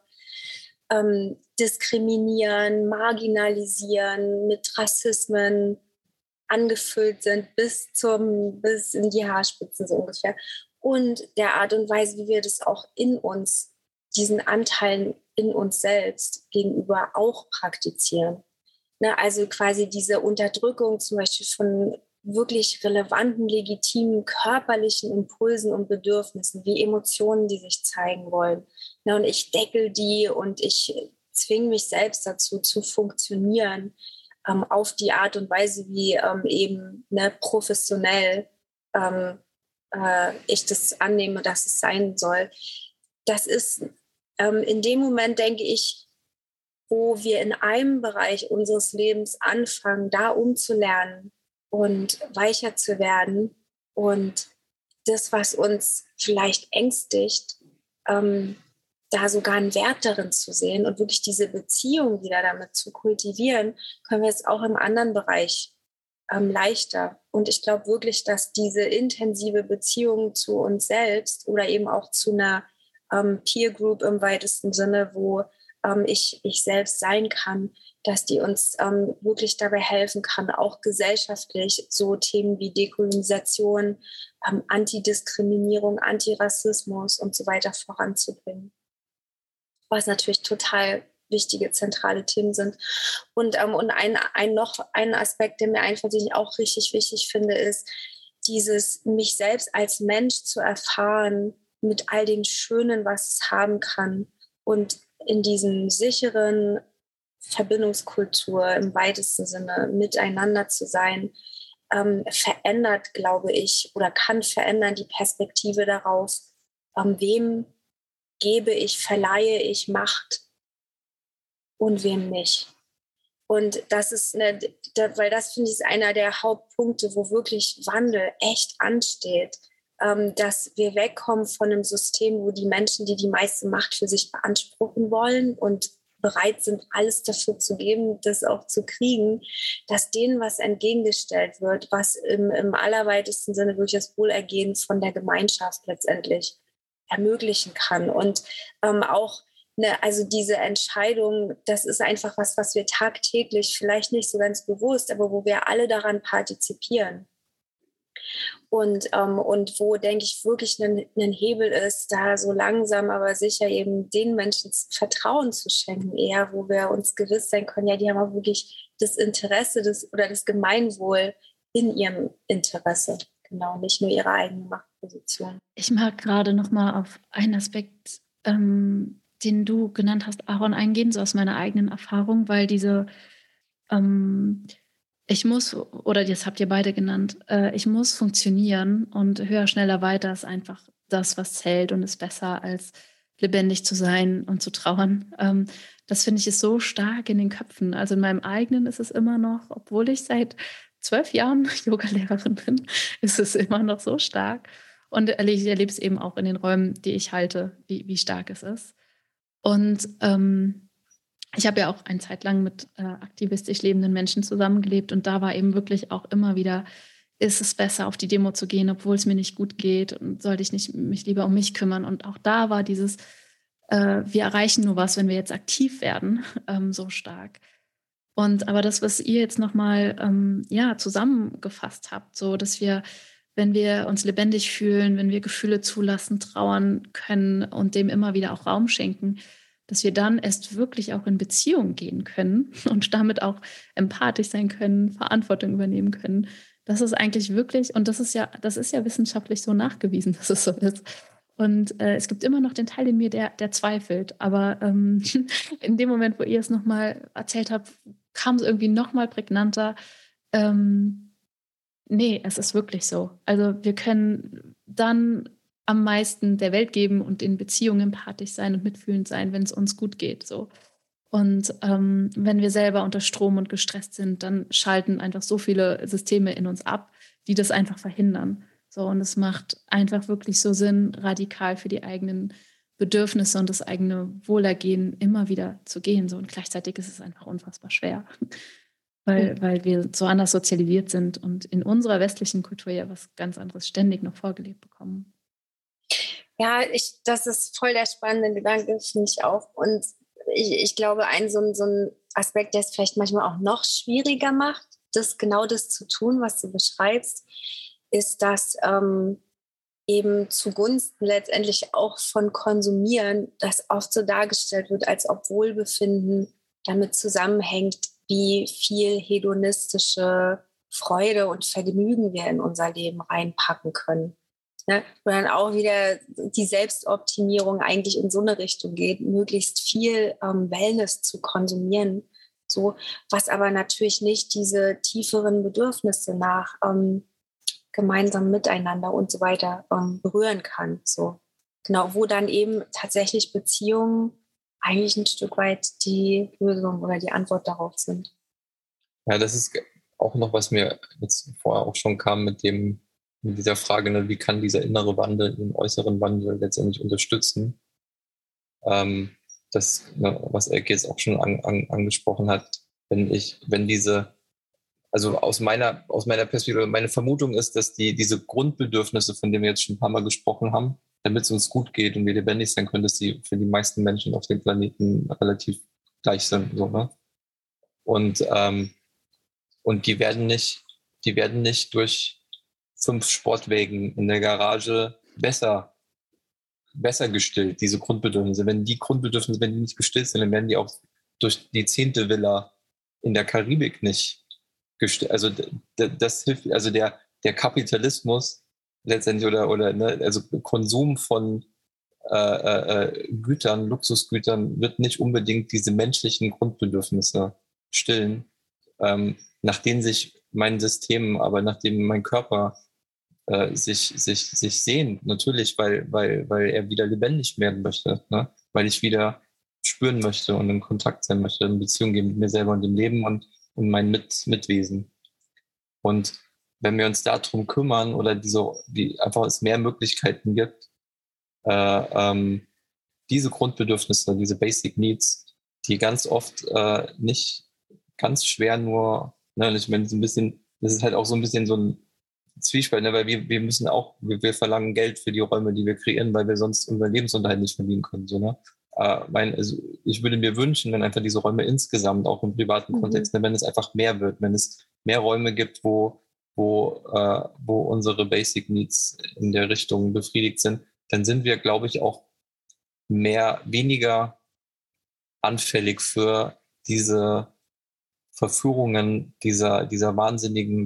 Ähm, diskriminieren, marginalisieren, mit Rassismen angefüllt sind bis zum bis in die Haarspitzen so ungefähr. Und der Art und Weise, wie wir das auch in uns, diesen Anteilen in uns selbst gegenüber auch praktizieren. Ne, also quasi diese Unterdrückung zum Beispiel von wirklich relevanten, legitimen körperlichen Impulsen und Bedürfnissen, wie Emotionen, die sich zeigen wollen. Ne, und ich deckel die und ich zwinge mich selbst dazu, zu funktionieren, ähm, auf die Art und Weise, wie ähm, eben ne, professionell ähm, äh, ich das annehme, dass es sein soll. Das ist ähm, in dem Moment, denke ich, wo wir in einem Bereich unseres Lebens anfangen, da umzulernen und weicher zu werden und das, was uns vielleicht ängstigt, ähm, da sogar einen Wert darin zu sehen und wirklich diese Beziehung wieder damit zu kultivieren, können wir es auch im anderen Bereich ähm, leichter. Und ich glaube wirklich, dass diese intensive Beziehung zu uns selbst oder eben auch zu einer ähm, Peer Group im weitesten Sinne, wo ähm, ich, ich selbst sein kann, dass die uns ähm, wirklich dabei helfen kann, auch gesellschaftlich so Themen wie Dekolonisation, ähm, Antidiskriminierung, Antirassismus und so weiter voranzubringen. Was natürlich total wichtige, zentrale Themen sind. Und, ähm, und ein, ein noch ein Aspekt, der mir einfach, den ich auch richtig wichtig finde, ist, dieses mich selbst als Mensch zu erfahren mit all dem Schönen, was es haben kann. Und in diesem sicheren Verbindungskultur im weitesten Sinne miteinander zu sein, ähm, verändert, glaube ich, oder kann verändern die Perspektive darauf, ähm, wem gebe ich, verleihe ich Macht und wem nicht. Und das ist, eine, weil das finde ich ist einer der Hauptpunkte, wo wirklich Wandel echt ansteht, ähm, dass wir wegkommen von einem System, wo die Menschen, die die meiste Macht für sich beanspruchen wollen und bereit sind, alles dafür zu geben, das auch zu kriegen, dass denen was entgegengestellt wird, was im, im allerweitesten Sinne durch das Wohlergehen von der Gemeinschaft letztendlich ermöglichen kann. Und ähm, auch, ne, also diese Entscheidung, das ist einfach was, was wir tagtäglich, vielleicht nicht so ganz bewusst, aber wo wir alle daran partizipieren. Und, ähm, und wo, denke ich, wirklich ein, ein Hebel ist, da so langsam, aber sicher eben den Menschen Vertrauen zu schenken, eher, wo wir uns gewiss sein können, ja, die haben auch wirklich das Interesse des, oder das Gemeinwohl in ihrem Interesse. Genau, nicht nur ihre eigene Machtposition. Ich mag gerade noch mal auf einen Aspekt, ähm, den du genannt hast, Aaron, eingehen, so aus meiner eigenen Erfahrung, weil diese, ähm, ich muss, oder das habt ihr beide genannt, äh, ich muss funktionieren und höher, schneller, weiter ist einfach das, was zählt und ist besser als lebendig zu sein und zu trauern. Ähm, das finde ich ist so stark in den Köpfen. Also in meinem eigenen ist es immer noch, obwohl ich seit zwölf Jahren Yogalehrerin bin, ist es immer noch so stark. Und ich erlebe es eben auch in den Räumen, die ich halte, wie, wie stark es ist. Und ähm, ich habe ja auch eine Zeit lang mit äh, aktivistisch lebenden Menschen zusammengelebt und da war eben wirklich auch immer wieder, ist es besser, auf die Demo zu gehen, obwohl es mir nicht gut geht und sollte ich nicht mich lieber um mich kümmern. Und auch da war dieses, äh, wir erreichen nur was, wenn wir jetzt aktiv werden, ähm, so stark. Und aber das, was ihr jetzt nochmal ähm, ja, zusammengefasst habt, so dass wir, wenn wir uns lebendig fühlen, wenn wir Gefühle zulassen, trauern können und dem immer wieder auch Raum schenken, dass wir dann erst wirklich auch in Beziehung gehen können und damit auch empathisch sein können, Verantwortung übernehmen können. Das ist eigentlich wirklich, und das ist ja, das ist ja wissenschaftlich so nachgewiesen, dass es so ist. Und äh, es gibt immer noch den Teil in mir, der, der zweifelt. Aber ähm, in dem Moment, wo ihr es nochmal erzählt habt, kam es irgendwie nochmal prägnanter. Ähm, nee, es ist wirklich so. Also wir können dann am meisten der Welt geben und in Beziehungen empathisch sein und mitfühlend sein, wenn es uns gut geht. So. Und ähm, wenn wir selber unter Strom und gestresst sind, dann schalten einfach so viele Systeme in uns ab, die das einfach verhindern. So, und es macht einfach wirklich so Sinn, radikal für die eigenen Bedürfnisse und das eigene Wohlergehen immer wieder zu gehen. So. Und gleichzeitig ist es einfach unfassbar schwer, weil, mhm. weil wir so anders sozialisiert sind und in unserer westlichen Kultur ja was ganz anderes ständig noch vorgelebt bekommen. Ja, ich, das ist voll der spannende Gedanke, finde ich auch. Und ich, ich glaube, ein so, ein so ein Aspekt, der es vielleicht manchmal auch noch schwieriger macht, das genau das zu tun, was du beschreibst, ist, dass ähm, eben zugunsten letztendlich auch von Konsumieren, das oft so dargestellt wird, als ob Wohlbefinden damit zusammenhängt, wie viel hedonistische Freude und Vergnügen wir in unser Leben reinpacken können. Ne? Wo dann auch wieder die Selbstoptimierung eigentlich in so eine Richtung geht, möglichst viel ähm, Wellness zu konsumieren, so, was aber natürlich nicht diese tieferen Bedürfnisse nach ähm, gemeinsam miteinander und so weiter ähm, berühren kann. So. Genau, wo dann eben tatsächlich Beziehungen eigentlich ein Stück weit die Lösung oder die Antwort darauf sind. Ja, das ist auch noch, was mir jetzt vorher auch schon kam mit dem, mit dieser Frage, ne, wie kann dieser innere Wandel den äußeren Wandel letztendlich unterstützen? Ähm, das, ne, was Elke jetzt auch schon an, an, angesprochen hat, wenn ich, wenn diese, also aus meiner, aus meiner Perspektive, meine Vermutung ist, dass die, diese Grundbedürfnisse, von denen wir jetzt schon ein paar Mal gesprochen haben, damit es uns gut geht und wir lebendig sein können, dass die für die meisten Menschen auf dem Planeten relativ gleich sind, so, ne? Und, ähm, und die werden nicht, die werden nicht durch fünf Sportwägen in der Garage besser, besser gestillt, diese Grundbedürfnisse. Wenn die Grundbedürfnisse, wenn die nicht gestillt sind, dann werden die auch durch die zehnte Villa in der Karibik nicht gestillt. Also das hilft, also der, der Kapitalismus letztendlich oder, oder ne, also Konsum von äh, äh, Gütern, Luxusgütern wird nicht unbedingt diese menschlichen Grundbedürfnisse stillen, ähm, nach denen sich mein System, aber nachdem mein Körper äh, sich, sich, sich sehnt, natürlich, weil, weil, weil er wieder lebendig werden möchte, ne? Weil ich wieder spüren möchte und in Kontakt sein möchte, in Beziehung gehen mit mir selber und dem Leben und, und mein mit, Mitwesen. Und wenn wir uns darum kümmern oder diese, die einfach es mehr Möglichkeiten gibt, äh, ähm, diese Grundbedürfnisse, diese Basic Needs, die ganz oft äh, nicht ganz schwer nur, ne, ich meine, so ein bisschen, das ist halt auch so ein bisschen so ein Zwiespalt, ne, weil wir, wir müssen auch, wir, wir verlangen Geld für die Räume, die wir kreieren, weil wir sonst unseren Lebensunterhalt nicht verdienen können. So, ne? Äh, mein, also ich würde mir wünschen, wenn einfach diese Räume insgesamt, auch im privaten mhm. Kontext, ne, wenn es einfach mehr wird, wenn es mehr Räume gibt, wo, wo, äh, wo unsere Basic Needs in der Richtung befriedigt sind, dann sind wir, glaube ich, auch mehr, weniger anfällig für diese Verführungen dieser, dieser wahnsinnigen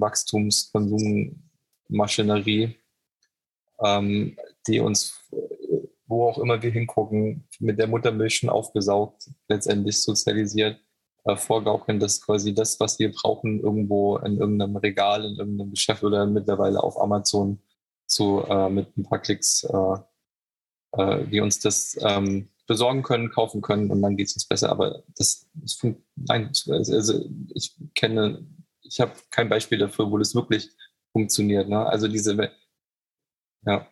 Wachstumskonsummaschinerie, ähm, die uns, wo auch immer wir hingucken, mit der Muttermilch schon aufgesaugt, letztendlich sozialisiert äh, vorgaukeln, dass quasi das, was wir brauchen, irgendwo in irgendeinem Regal, in irgendeinem Geschäft oder mittlerweile auf Amazon zu, äh, mit ein paar Klicks, äh, äh, die uns das ähm, besorgen können, kaufen können und dann geht es uns besser. Aber das, das fun- nein, also ich kenne, ich habe kein Beispiel dafür, wo das wirklich funktioniert. Ne? Also diese, ja,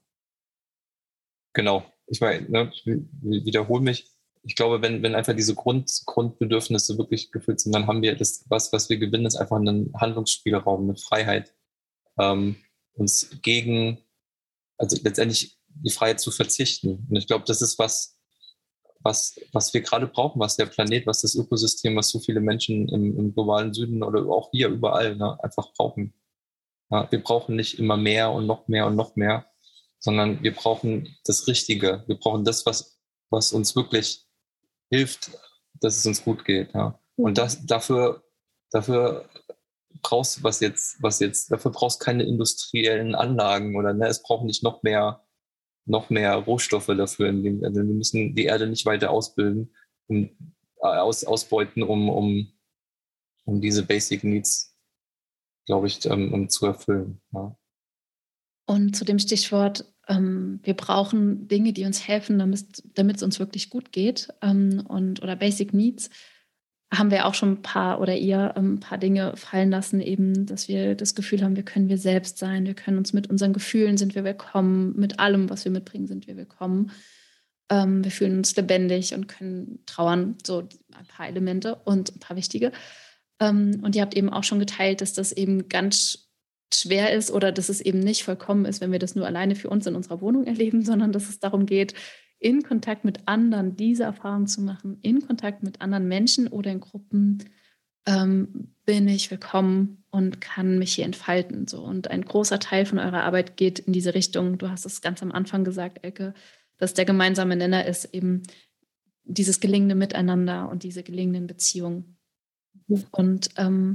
genau. Ich meine, ne, ich wiederhole mich. Ich glaube, wenn, wenn einfach diese Grund, Grundbedürfnisse wirklich gefüllt sind, dann haben wir das, was, was wir gewinnen, ist einfach einen Handlungsspielraum, eine Freiheit, ähm, uns gegen, also letztendlich die Freiheit zu verzichten. Und ich glaube, das ist was, was, was wir gerade brauchen, was der Planet, was das Ökosystem, was so viele Menschen im, im globalen Süden oder auch hier überall ne, einfach brauchen. Ja, wir brauchen nicht immer mehr und noch mehr und noch mehr, sondern wir brauchen das Richtige. Wir brauchen das, was, was uns wirklich hilft, dass es uns gut geht. Ja. Und das, dafür, dafür brauchst du was jetzt, was jetzt, dafür brauchst du keine industriellen Anlagen oder ne, es braucht nicht noch mehr, noch mehr Rohstoffe dafür. In dem, also wir müssen die Erde nicht weiter ausbilden und äh, aus, ausbeuten, um, um, um diese Basic Needs, glaube ich, ähm, um zu erfüllen. Ja. Und zu dem Stichwort, ähm, wir brauchen Dinge, die uns helfen, damit es uns wirklich gut geht, ähm, und oder Basic Needs, haben wir auch schon ein paar oder ihr ähm, ein paar Dinge fallen lassen, eben, dass wir das Gefühl haben, wir können wir selbst sein, wir können uns mit unseren Gefühlen sind wir willkommen, mit allem, was wir mitbringen, sind wir willkommen. Ähm, wir fühlen uns lebendig und können trauern, so ein paar Elemente und ein paar wichtige. Ähm, und ihr habt eben auch schon geteilt, dass das eben ganz schwer ist oder dass es eben nicht vollkommen ist, wenn wir das nur alleine für uns in unserer Wohnung erleben, sondern dass es darum geht, in Kontakt mit anderen diese Erfahrung zu machen, in Kontakt mit anderen Menschen oder in Gruppen, ähm, bin ich willkommen und kann mich hier entfalten. So. Und ein großer Teil von eurer Arbeit geht in diese Richtung. Du hast es ganz am Anfang gesagt, Elke, dass der gemeinsame Nenner ist eben dieses gelingende Miteinander und diese gelingenden Beziehungen. Und ähm,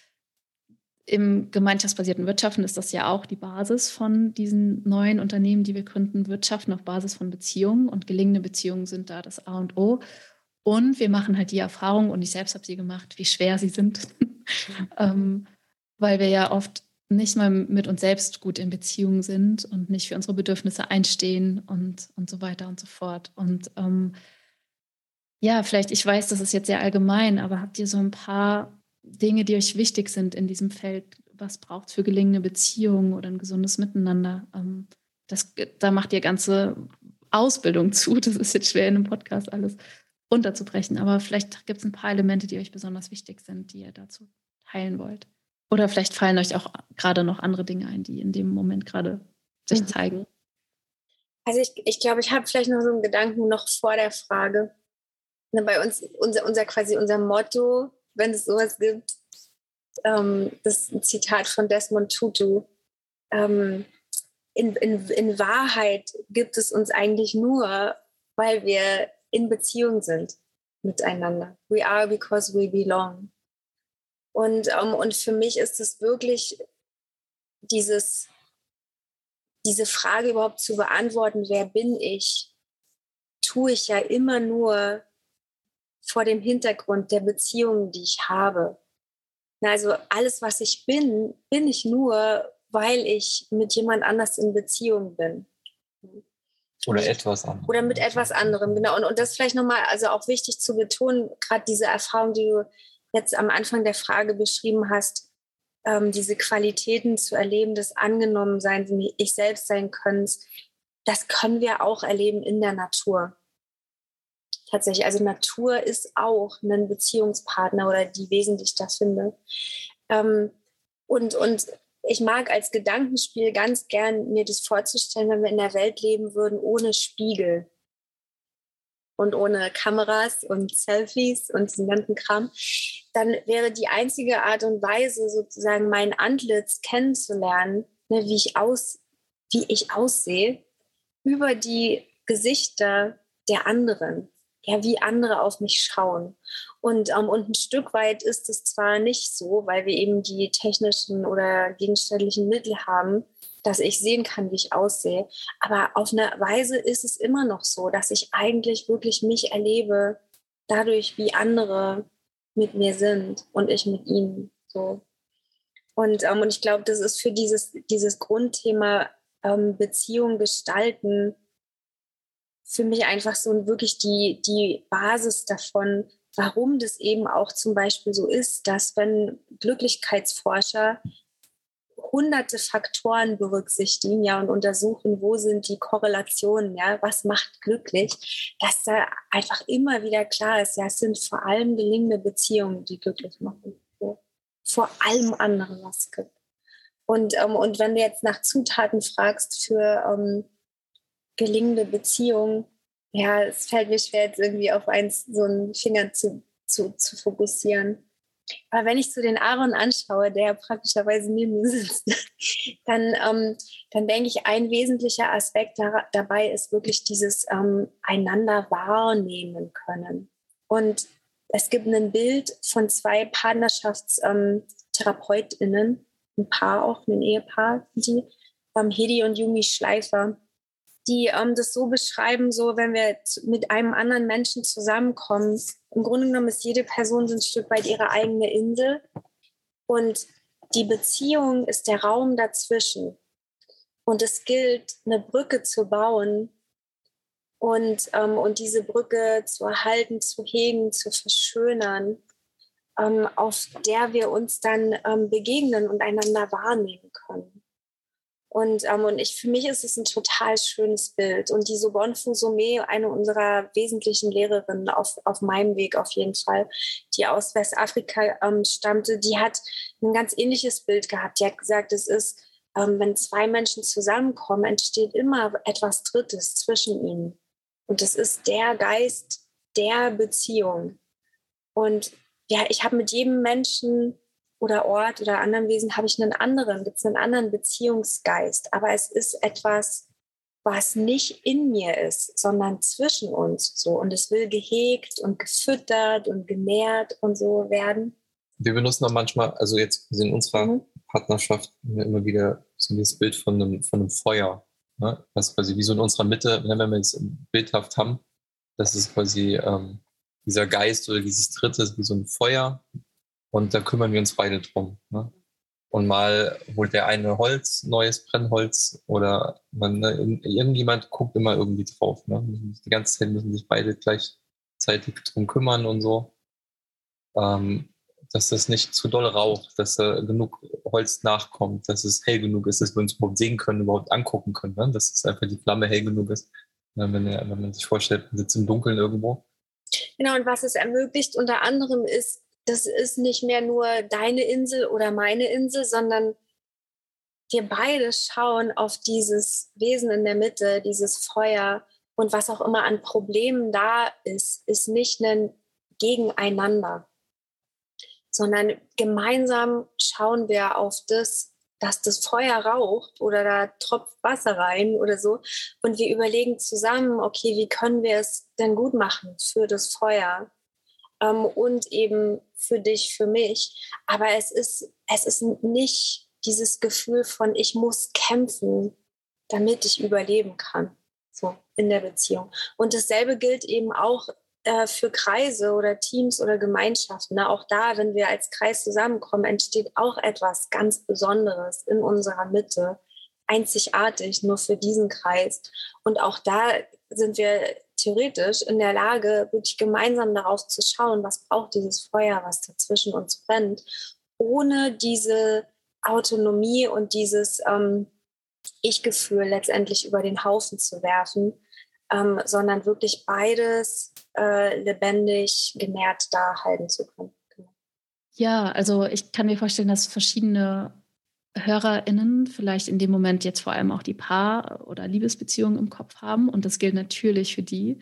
im gemeinschaftsbasierten Wirtschaften ist das ja auch die Basis von diesen neuen Unternehmen, die wir gründen, Wirtschaften auf Basis von Beziehungen. Und gelingende Beziehungen sind da das A und O. Und wir machen halt die Erfahrung, und ich selbst habe sie gemacht, wie schwer sie sind, ähm, weil wir ja oft nicht mal mit uns selbst gut in Beziehung sind und nicht für unsere Bedürfnisse einstehen und, und so weiter und so fort. Und ähm, ja, vielleicht, ich weiß, das ist jetzt sehr allgemein, aber habt ihr so ein paar Dinge, die euch wichtig sind in diesem Feld? Was braucht es für gelingende Beziehungen oder ein gesundes Miteinander? Ähm, das, da macht ihr ganze Ausbildung zu. Das ist jetzt schwer in einem Podcast alles runterzubrechen, aber vielleicht gibt es ein paar Elemente, die euch besonders wichtig sind, die ihr dazu teilen wollt. Oder vielleicht fallen euch auch gerade noch andere Dinge ein, die in dem Moment gerade sich zeigen. Also ich, ich glaube, ich habe vielleicht noch so einen Gedanken noch vor der Frage. Bei uns, unser, unser quasi unser Motto, wenn es sowas gibt, ähm, das ist ein Zitat von Desmond Tutu. Ähm, in, in, in Wahrheit gibt es uns eigentlich nur, weil wir in Beziehung sind miteinander. We are because we belong. Und, ähm, und für mich ist es wirklich dieses, diese Frage überhaupt zu beantworten, wer bin ich, tue ich ja immer nur vor dem Hintergrund der Beziehungen, die ich habe. Also alles, was ich bin, bin ich nur, weil ich mit jemand anders in Beziehung bin. Oder etwas anderem. Oder mit etwas anderem, genau. Und, und das vielleicht nochmal, also auch wichtig zu betonen, gerade diese Erfahrung, die du jetzt am Anfang der Frage beschrieben hast, ähm, diese Qualitäten zu erleben, das Angenommensein, wie ich selbst sein können, das können wir auch erleben in der Natur. Tatsächlich, also Natur ist auch ein Beziehungspartner oder die Wesen, die ich da finde. Ähm, und, und ich mag als Gedankenspiel ganz gern mir das vorzustellen, wenn wir in der Welt leben würden ohne Spiegel und ohne Kameras und Selfies und diesen ganzen Kram, dann wäre die einzige Art und Weise, sozusagen mein Antlitz kennenzulernen, ne, wie ich aus, wie ich aussehe, über die Gesichter der anderen. Ja, wie andere auf mich schauen. Und, ähm, und ein Stück weit ist es zwar nicht so, weil wir eben die technischen oder gegenständlichen Mittel haben, dass ich sehen kann, wie ich aussehe. Aber auf eine Weise ist es immer noch so, dass ich eigentlich wirklich mich erlebe, dadurch, wie andere mit mir sind und ich mit ihnen. So. Und, ähm, und ich glaube, das ist für dieses, dieses Grundthema ähm, Beziehung gestalten für mich einfach so wirklich die, die Basis davon, warum das eben auch zum Beispiel so ist, dass wenn Glücklichkeitsforscher hunderte Faktoren berücksichtigen, ja, und untersuchen, wo sind die Korrelationen, ja, was macht glücklich, dass da einfach immer wieder klar ist, ja, es sind vor allem gelingende Beziehungen, die glücklich machen. So. Vor allem anderen, was es gibt. Und, ähm, und wenn du jetzt nach Zutaten fragst für ähm, gelingende Beziehungen, ja, es fällt mir schwer, jetzt irgendwie auf eins so einen Finger zu, zu, zu fokussieren. Aber wenn ich so den Aaron anschaue, der praktischerweise neben mir sitzt, dann, ähm, dann denke ich, ein wesentlicher Aspekt da, dabei ist wirklich dieses ähm, einander wahrnehmen können. Und es gibt ein Bild von zwei Partnerschaftstherapeutinnen, ähm, ein Paar auch, ein Ehepaar, die ähm, Hedi und Yumi Schleifer, die ähm, das so beschreiben, so wenn wir mit einem anderen Menschen zusammenkommen, im Grunde genommen ist jede Person so ein Stück weit ihre eigene Insel und die Beziehung ist der Raum dazwischen. Und es gilt, eine Brücke zu bauen und, ähm, und diese Brücke zu erhalten, zu hegen, zu verschönern, ähm, auf der wir uns dann ähm, begegnen und einander wahrnehmen können. Und, ähm, und ich, für mich ist es ein total schönes Bild. Und die Sorbonne Fusomé, eine unserer wesentlichen Lehrerinnen auf, auf meinem Weg auf jeden Fall, die aus Westafrika ähm, stammte, die hat ein ganz ähnliches Bild gehabt. Die hat gesagt, es ist, ähm, wenn zwei Menschen zusammenkommen, entsteht immer etwas Drittes zwischen ihnen. Und das ist der Geist der Beziehung. Und ja, ich habe mit jedem Menschen oder Ort oder anderen Wesen habe ich einen anderen, gibt es einen anderen Beziehungsgeist. Aber es ist etwas, was nicht in mir ist, sondern zwischen uns so. Und es will gehegt und gefüttert und genährt und so werden. Wir benutzen auch manchmal, also jetzt in unserer mhm. Partnerschaft immer wieder so dieses Bild von einem, von einem Feuer. Ne? Was quasi wie so in unserer Mitte, wenn wir es bildhaft haben, das ist quasi ähm, dieser Geist oder dieses Dritte ist wie so ein Feuer. Und da kümmern wir uns beide drum. Ne? Und mal holt der eine Holz, neues Brennholz oder man, ne, irgendjemand guckt immer irgendwie drauf. Ne? Die ganze Zeit müssen sich beide gleichzeitig drum kümmern und so. Ähm, dass das nicht zu doll raucht, dass da genug Holz nachkommt, dass es hell genug ist, dass wir uns überhaupt sehen können, überhaupt angucken können. Ne? Dass es einfach die Flamme hell genug ist. Ne? Wenn, wenn man sich vorstellt, man sitzt im Dunkeln irgendwo. Genau, und was es ermöglicht unter anderem ist, das ist nicht mehr nur deine Insel oder meine Insel, sondern wir beide schauen auf dieses Wesen in der Mitte, dieses Feuer und was auch immer an Problemen da ist, ist nicht ein Gegeneinander, sondern gemeinsam schauen wir auf das, dass das Feuer raucht oder da tropft Wasser rein oder so und wir überlegen zusammen, okay, wie können wir es denn gut machen für das Feuer? Um, und eben für dich, für mich. Aber es ist, es ist nicht dieses Gefühl von, ich muss kämpfen, damit ich überleben kann, so in der Beziehung. Und dasselbe gilt eben auch äh, für Kreise oder Teams oder Gemeinschaften. Ne? Auch da, wenn wir als Kreis zusammenkommen, entsteht auch etwas ganz Besonderes in unserer Mitte, einzigartig nur für diesen Kreis. Und auch da sind wir theoretisch in der Lage, wirklich gemeinsam darauf zu schauen, was braucht dieses Feuer, was da zwischen uns brennt, ohne diese Autonomie und dieses ähm, Ich-Gefühl letztendlich über den Haufen zu werfen, ähm, sondern wirklich beides äh, lebendig genährt da halten zu können. Ja, also ich kann mir vorstellen, dass verschiedene HörerInnen vielleicht in dem Moment jetzt vor allem auch die Paar- oder Liebesbeziehungen im Kopf haben. Und das gilt natürlich für die.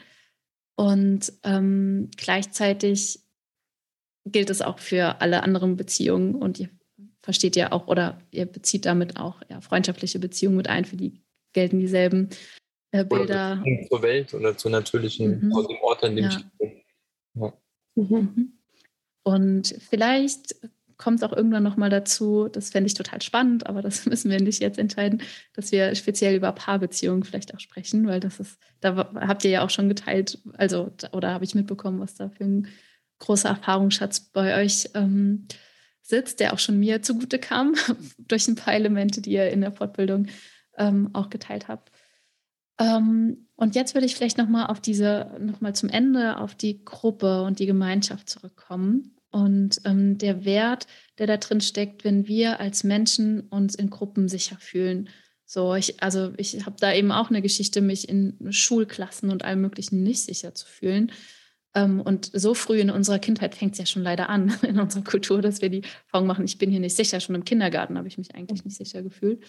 Und ähm, gleichzeitig gilt es auch für alle anderen Beziehungen. Und ihr versteht ja auch, oder ihr bezieht damit auch ja, freundschaftliche Beziehungen mit ein, für die gelten dieselben äh, Bilder. Oder zur Welt oder zur natürlichen mhm. Ort, an dem ja. ich bin. Ja. Mhm. Und vielleicht kommt es auch irgendwann nochmal dazu, das fände ich total spannend, aber das müssen wir nicht jetzt entscheiden, dass wir speziell über Paarbeziehungen vielleicht auch sprechen, weil das ist, da habt ihr ja auch schon geteilt, also, oder habe ich mitbekommen, was da für ein großer Erfahrungsschatz bei euch ähm, sitzt, der auch schon mir zugute kam, durch ein paar Elemente, die ihr in der Fortbildung ähm, auch geteilt habt. Ähm, und jetzt würde ich vielleicht nochmal auf diese, nochmal zum Ende auf die Gruppe und die Gemeinschaft zurückkommen. Und ähm, der Wert, der da drin steckt, wenn wir als Menschen uns in Gruppen sicher fühlen. So, ich, also ich habe da eben auch eine Geschichte, mich in Schulklassen und allem Möglichen nicht sicher zu fühlen. Ähm, und so früh in unserer Kindheit fängt es ja schon leider an, in unserer Kultur, dass wir die Erfahrung machen, ich bin hier nicht sicher. Schon im Kindergarten habe ich mich eigentlich nicht sicher gefühlt.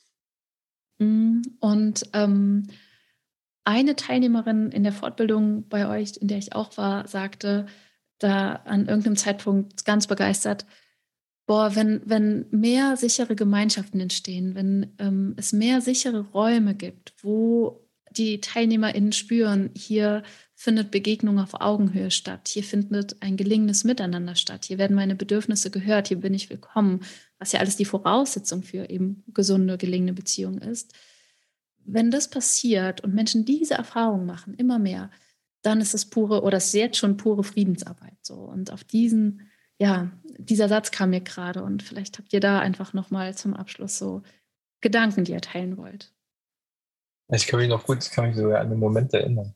Und ähm, eine Teilnehmerin in der Fortbildung bei euch, in der ich auch war, sagte da an irgendeinem Zeitpunkt ganz begeistert, boah, wenn, wenn mehr sichere Gemeinschaften entstehen, wenn ähm, es mehr sichere Räume gibt, wo die TeilnehmerInnen spüren, hier findet Begegnung auf Augenhöhe statt, hier findet ein gelingendes Miteinander statt, hier werden meine Bedürfnisse gehört, hier bin ich willkommen, was ja alles die Voraussetzung für eben gesunde, gelingende Beziehungen ist. Wenn das passiert und Menschen diese Erfahrung machen, immer mehr, dann ist es pure, oder es ist jetzt schon pure Friedensarbeit. So. Und auf diesen, ja, dieser Satz kam mir gerade und vielleicht habt ihr da einfach nochmal zum Abschluss so Gedanken, die ihr teilen wollt. Ich kann mich noch gut, ich kann mich sogar an den Moment erinnern.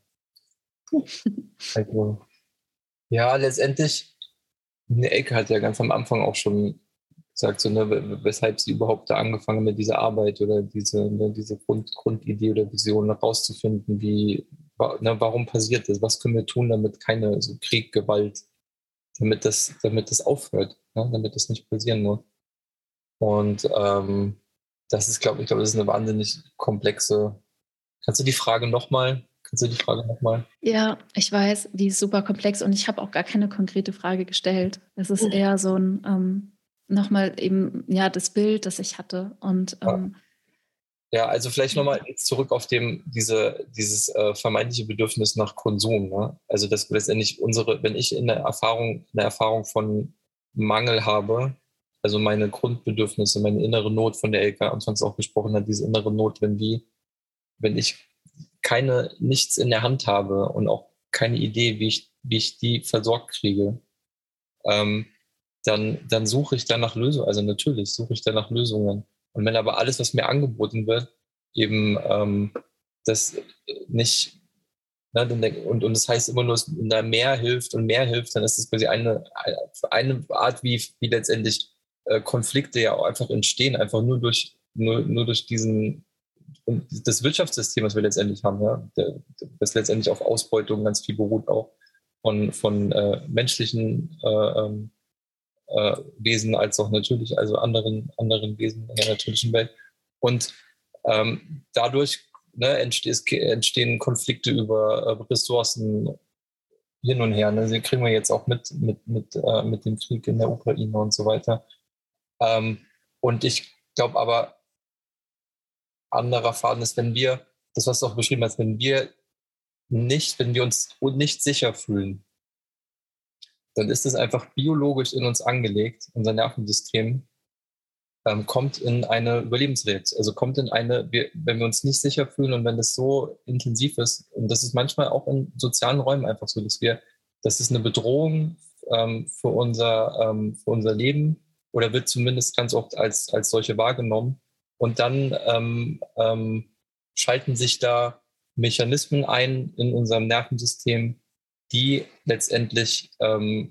Also, ja, letztendlich, eine Ecke hat ja ganz am Anfang auch schon gesagt, so, ne, weshalb sie überhaupt da angefangen mit dieser Arbeit oder diese, ne, diese Grund, Grundidee oder Vision herauszufinden, wie, ne, warum passiert das, was können wir tun, damit keine so Krieg, Gewalt, damit das, damit das aufhört, ne, damit das nicht passieren muss. Und ähm, das ist, glaube ich, glaube, das ist eine wahnsinnig komplexe. Kannst du die Frage nochmal? Kannst du die Frage nochmal? Ja, ich weiß, die ist super komplex und ich habe auch gar keine konkrete Frage gestellt. Es ist eher so ein ähm, nochmal eben, ja, das Bild, das ich hatte. Und ähm, ja, also vielleicht nochmal zurück auf dem, diese, dieses äh, vermeintliche Bedürfnis nach Konsum. Ne? Also dass letztendlich unsere, wenn ich in der Erfahrung, eine Erfahrung von Mangel habe, also meine Grundbedürfnisse, meine innere Not, von der Elke anfangs auch gesprochen hat, diese innere Not, wenn die, wenn ich keine, nichts in der Hand habe und auch keine Idee, wie ich, wie ich die versorgt kriege, ähm, dann, dann suche ich da nach Lösungen. Also natürlich suche ich da nach Lösungen. Und wenn aber alles, was mir angeboten wird, eben ähm, das nicht, ne, und, und das heißt immer nur, dass da mehr hilft und mehr hilft, dann ist das quasi eine, eine Art, wie, wie letztendlich äh, Konflikte ja auch einfach entstehen, einfach nur durch, nur, nur durch diesen, das Wirtschaftssystem, was wir letztendlich haben, ja, das letztendlich auf Ausbeutung ganz viel beruht, auch von, von äh, menschlichen äh, ähm, Äh, Wesen als auch natürlich, also anderen, anderen Wesen in der natürlichen Welt. Und ähm, dadurch ne, entsteht, entstehen Konflikte über äh, Ressourcen hin und her. Ne? Die kriegen wir jetzt auch mit, mit, mit, äh, mit dem Krieg in der Ukraine und so weiter. Ähm, und ich glaube aber, anderer Faden ist, wenn wir, das was du auch beschrieben hast, wenn wir nicht, wenn wir uns nicht sicher fühlen, dann ist es einfach biologisch in uns angelegt, unser Nervensystem ähm, kommt in eine Überlebensreaktion, also kommt in eine, wir, wenn wir uns nicht sicher fühlen und wenn das so intensiv ist, und das ist manchmal auch in sozialen Räumen einfach so, dass wir, das ist eine Bedrohung ähm, für, unser, ähm, für unser Leben oder wird zumindest ganz oft als, als solche wahrgenommen. Und dann ähm, ähm, schalten sich da Mechanismen ein in unserem Nervensystem, die letztendlich ähm,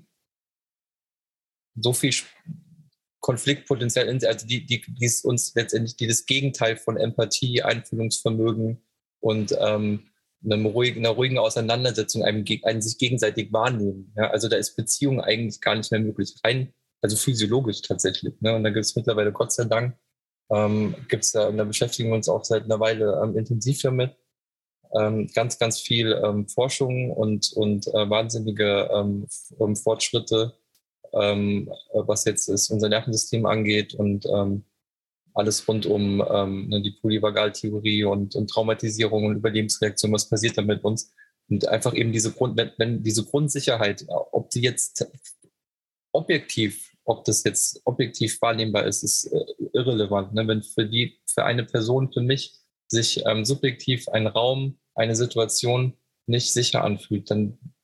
so viel Konfliktpotenzial in sich, also die, die, die ist uns letztendlich, die das Gegenteil von Empathie, Einfühlungsvermögen und ähm, einem ruhigen, einer ruhigen Auseinandersetzung, einem, einem sich gegenseitig wahrnehmen. Ja? Also da ist Beziehung eigentlich gar nicht mehr möglich. Rein, also physiologisch tatsächlich. Ne? Und da gibt es mittlerweile, Gott sei Dank, ähm, gibt es da, und da beschäftigen wir uns auch seit einer Weile ähm, intensiv damit. Ähm, ganz, ganz viel ähm, Forschung und, und äh, wahnsinnige ähm, Fortschritte, ähm, was jetzt ist, unser Nervensystem angeht und ähm, alles rund um ähm, ne, die Polyvagaltheorie und, und Traumatisierung und Überlebensreaktion, was passiert da mit uns. Und einfach eben diese Grund, wenn, wenn diese Grundsicherheit, ob die jetzt objektiv, ob das jetzt objektiv wahrnehmbar ist, ist äh, irrelevant. Ne? Wenn für die, für eine Person, für mich, sich ähm, subjektiv ein Raum, eine Situation nicht sicher anfühlt, dann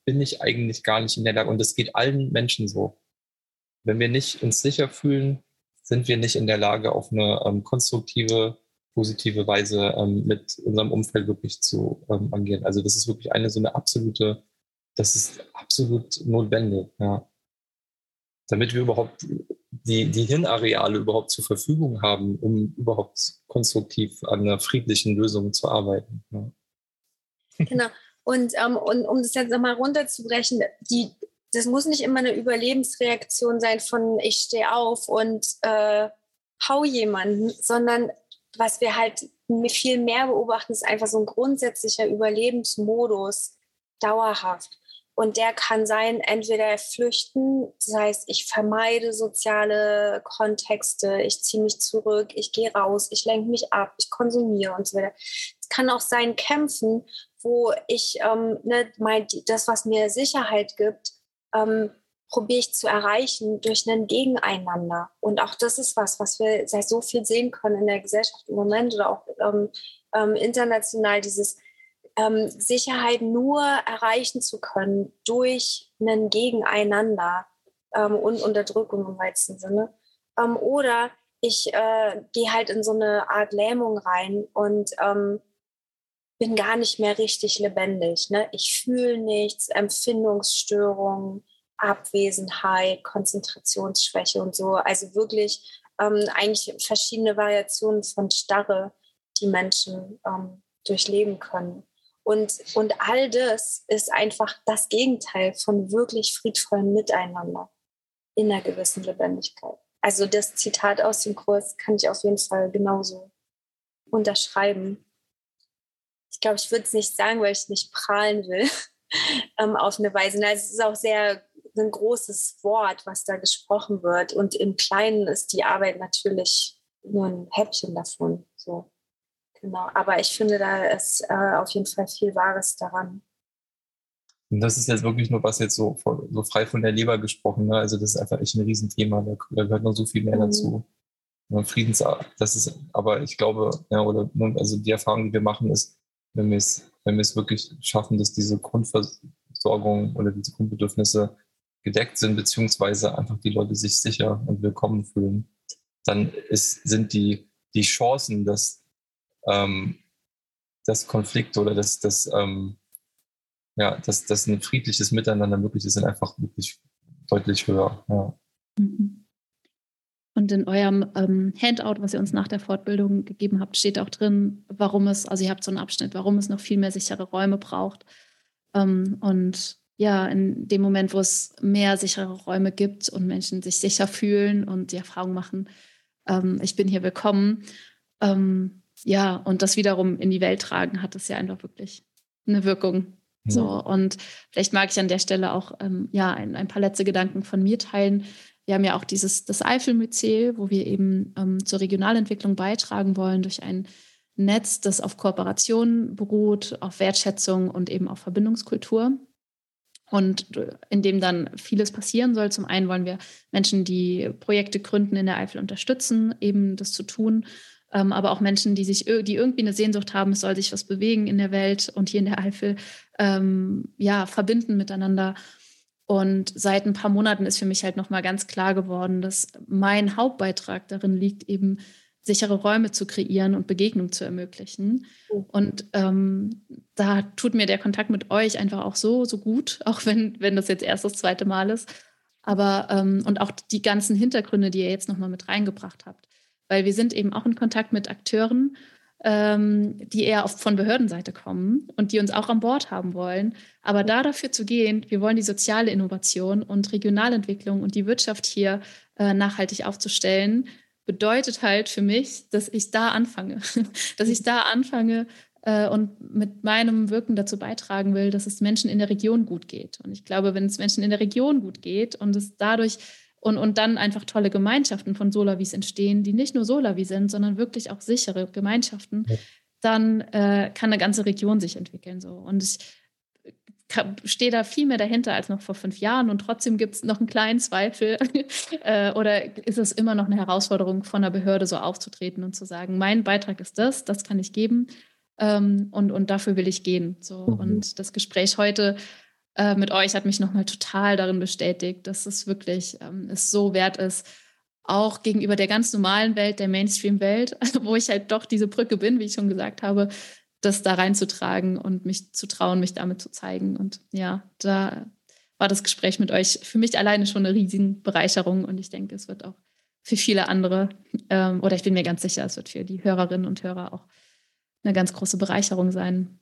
bin ich eigentlich gar nicht in der Lage. Und das geht allen Menschen so. Wenn wir nicht uns sicher fühlen, sind wir nicht in der Lage, auf eine ähm, konstruktive, positive Weise ähm, mit unserem Umfeld wirklich zu ähm, agieren. Also das ist wirklich eine so eine absolute, das ist absolut notwendig, ja. Damit wir überhaupt die, die Hirnareale überhaupt zur Verfügung haben, um überhaupt konstruktiv an einer friedlichen Lösung zu arbeiten. Ja. Genau. Und, ähm, und um das jetzt nochmal runterzubrechen, die, das muss nicht immer eine Überlebensreaktion sein von ich stehe auf und äh, hau jemanden, sondern was wir halt viel mehr beobachten, ist einfach so ein grundsätzlicher Überlebensmodus dauerhaft. Und der kann sein, entweder flüchten, das heißt, ich vermeide soziale Kontexte, ich ziehe mich zurück, ich gehe raus, ich lenke mich ab, ich konsumiere und so weiter. Es kann auch sein, kämpfen, wo ich ähm, ne, mein, das, was mir Sicherheit gibt, ähm, probiere ich zu erreichen durch ein Gegeneinander. Und auch das ist was, was wir seit so viel sehen können in der Gesellschaft im Moment oder auch ähm, ähm, international, dieses ähm, Sicherheit nur erreichen zu können durch ein Gegeneinander ähm, und Unterdrückung im weitesten Sinne. Ähm, oder ich äh, gehe halt in so eine Art Lähmung rein und ähm, bin gar nicht mehr richtig lebendig. Ne? Ich fühle nichts, Empfindungsstörungen, Abwesenheit, Konzentrationsschwäche und so. Also wirklich ähm, eigentlich verschiedene Variationen von Starre, die Menschen ähm, durchleben können. Und, und all das ist einfach das Gegenteil von wirklich friedvollem Miteinander in einer gewissen Lebendigkeit. Also das Zitat aus dem Kurs kann ich auf jeden Fall genauso unterschreiben. Ich glaube, ich würde es nicht sagen, weil ich nicht prahlen will ähm, auf eine Weise. Also es ist auch sehr ein großes Wort, was da gesprochen wird. Und im Kleinen ist die Arbeit natürlich nur ein Häppchen davon. So. Genau. Aber ich finde, da ist äh, auf jeden Fall viel Wahres daran. Und das ist jetzt wirklich nur was jetzt so, so frei von der Leber gesprochen. Ne? Also das ist einfach echt ein Riesenthema. Da, da gehört noch so viel mehr mhm. dazu. Ja, Friedens, das ist, aber ich glaube, ja, oder also die Erfahrung, die wir machen, ist, wenn wir es, wenn wir es wirklich schaffen, dass diese Grundversorgung oder diese Grundbedürfnisse gedeckt sind, beziehungsweise einfach die Leute sich sicher und willkommen fühlen, dann ist, sind die, die Chancen, dass ähm, das Konflikt oder dass, dass, ähm, ja, dass, dass ein friedliches Miteinander möglich ist, sind einfach wirklich deutlich höher. Ja. Und in eurem ähm, Handout, was ihr uns nach der Fortbildung gegeben habt, steht auch drin, warum es, also ihr habt so einen Abschnitt, warum es noch viel mehr sichere Räume braucht. Ähm, und ja, in dem Moment, wo es mehr sichere Räume gibt und Menschen sich sicher fühlen und die Erfahrung machen, ähm, ich bin hier willkommen, ähm, ja, und das wiederum in die Welt tragen, hat es ja einfach wirklich eine Wirkung. Mhm. So, und vielleicht mag ich an der Stelle auch ähm, ja, ein, ein paar letzte Gedanken von mir teilen. Wir haben ja auch dieses, das Eifel-Myzel, wo wir eben ähm, zur Regionalentwicklung beitragen wollen durch ein Netz, das auf Kooperation beruht, auf Wertschätzung und eben auf Verbindungskultur. Und in dem dann vieles passieren soll. Zum einen wollen wir Menschen, die Projekte gründen, in der Eifel unterstützen, eben das zu tun. Ähm, aber auch Menschen, die sich die irgendwie eine Sehnsucht haben, es soll sich was bewegen in der Welt und hier in der Eifel, ähm, ja, verbinden miteinander. Und seit ein paar Monaten ist für mich halt nochmal ganz klar geworden, dass mein Hauptbeitrag darin liegt, eben sichere Räume zu kreieren und Begegnung zu ermöglichen. Und ähm, da tut mir der Kontakt mit euch einfach auch so, so gut, auch wenn, wenn das jetzt erst das zweite Mal ist. Aber ähm, und auch die ganzen Hintergründe, die ihr jetzt nochmal mit reingebracht habt. Weil wir sind eben auch in Kontakt mit Akteuren, ähm, die eher oft von Behördenseite kommen und die uns auch an Bord haben wollen. Aber da dafür zu gehen, wir wollen die soziale Innovation und Regionalentwicklung und die Wirtschaft hier äh, nachhaltig aufzustellen, bedeutet halt für mich, dass ich da anfange. dass ich da anfange äh, und mit meinem Wirken dazu beitragen will, dass es Menschen in der Region gut geht. Und ich glaube, wenn es Menschen in der Region gut geht und es dadurch und, und dann einfach tolle Gemeinschaften von Solavis entstehen, die nicht nur Solavi sind, sondern wirklich auch sichere Gemeinschaften, ja. dann äh, kann eine ganze Region sich entwickeln. So. Und ich stehe da viel mehr dahinter als noch vor fünf Jahren und trotzdem gibt es noch einen kleinen Zweifel äh, oder ist es immer noch eine Herausforderung von der Behörde so aufzutreten und zu sagen, mein Beitrag ist das, das kann ich geben ähm, und, und dafür will ich gehen. So. Mhm. Und das Gespräch heute äh, mit euch hat mich nochmal total darin bestätigt, dass es wirklich ähm, es so wert ist, auch gegenüber der ganz normalen Welt, der Mainstream-Welt, wo ich halt doch diese Brücke bin, wie ich schon gesagt habe, das da reinzutragen und mich zu trauen, mich damit zu zeigen. Und ja, da war das Gespräch mit euch für mich alleine schon eine riesige Bereicherung. Und ich denke, es wird auch für viele andere, ähm, oder ich bin mir ganz sicher, es wird für die Hörerinnen und Hörer auch eine ganz große Bereicherung sein.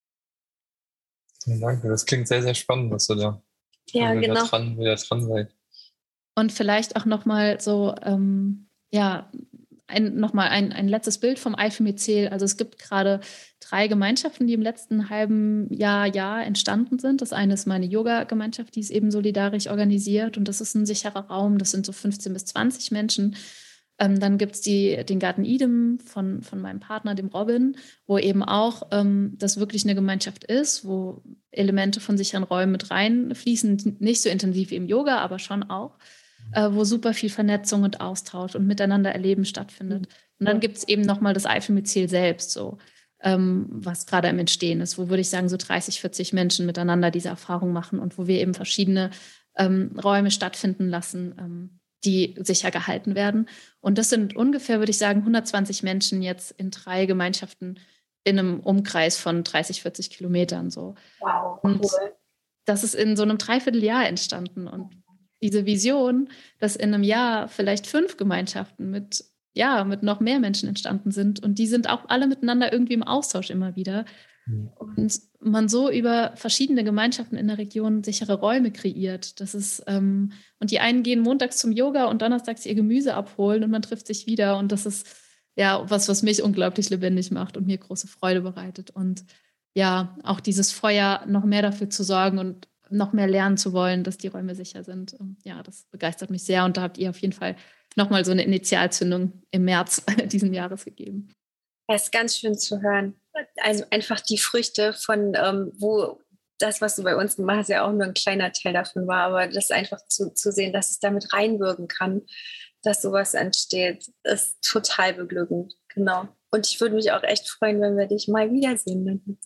Vielen Dank. Das klingt sehr, sehr spannend, was du da Ja, wieder, genau. dran, wieder dran seid. Und vielleicht auch nochmal so, ähm, ja, ein, nochmal ein, ein letztes Bild vom Eifel-Myzel. Also es gibt gerade drei Gemeinschaften, die im letzten halben Jahr, Jahr entstanden sind. Das eine ist meine Yoga-Gemeinschaft, die ist eben solidarisch organisiert und das ist ein sicherer Raum. Das sind so fünfzehn bis zwanzig Menschen. Ähm, dann gibt es den Garten Idem von, von meinem Partner, dem Robin, wo eben auch ähm, das wirklich eine Gemeinschaft ist, wo Elemente von sicheren Räumen mit reinfließen. Nicht so intensiv wie im Yoga, aber schon auch. Äh, wo super viel Vernetzung und Austausch und Miteinander erleben stattfindet. Und dann gibt es eben nochmal das Eifel-Myzel selbst, so, ähm, was gerade im Entstehen ist, wo würde ich sagen, so dreißig, vierzig Menschen miteinander diese Erfahrung machen und wo wir eben verschiedene ähm, Räume stattfinden lassen, ähm, die sicher gehalten werden. Und das sind ungefähr, würde ich sagen, hundertzwanzig Menschen jetzt in drei Gemeinschaften in einem Umkreis von dreißig, vierzig Kilometern. So. Wow, und cool. Das ist in so einem Dreivierteljahr entstanden. Und diese Vision, dass in einem Jahr vielleicht fünf Gemeinschaften mit, ja, mit noch mehr Menschen entstanden sind und die sind auch alle miteinander irgendwie im Austausch immer wieder. Und man so über verschiedene Gemeinschaften in der Region sichere Räume kreiert. Das ist, ähm, und die einen gehen montags zum Yoga und donnerstags ihr Gemüse abholen und man trifft sich wieder. Und das ist ja was, was mich unglaublich lebendig macht und mir große Freude bereitet. Und ja, auch dieses Feuer, noch mehr dafür zu sorgen und noch mehr lernen zu wollen, dass die Räume sicher sind. Ja, das begeistert mich sehr. Und da habt ihr auf jeden Fall nochmal so eine Initialzündung im März diesen Jahres gegeben. Das ist ganz schön zu hören. Also einfach die Früchte von, ähm, wo das, was du bei uns gemacht hast, ja auch nur ein kleiner Teil davon war, aber das einfach zu, zu sehen, dass es damit reinwirken kann, dass sowas entsteht, ist total beglückend. Genau. Und ich würde mich auch echt freuen, wenn wir dich mal wiedersehen.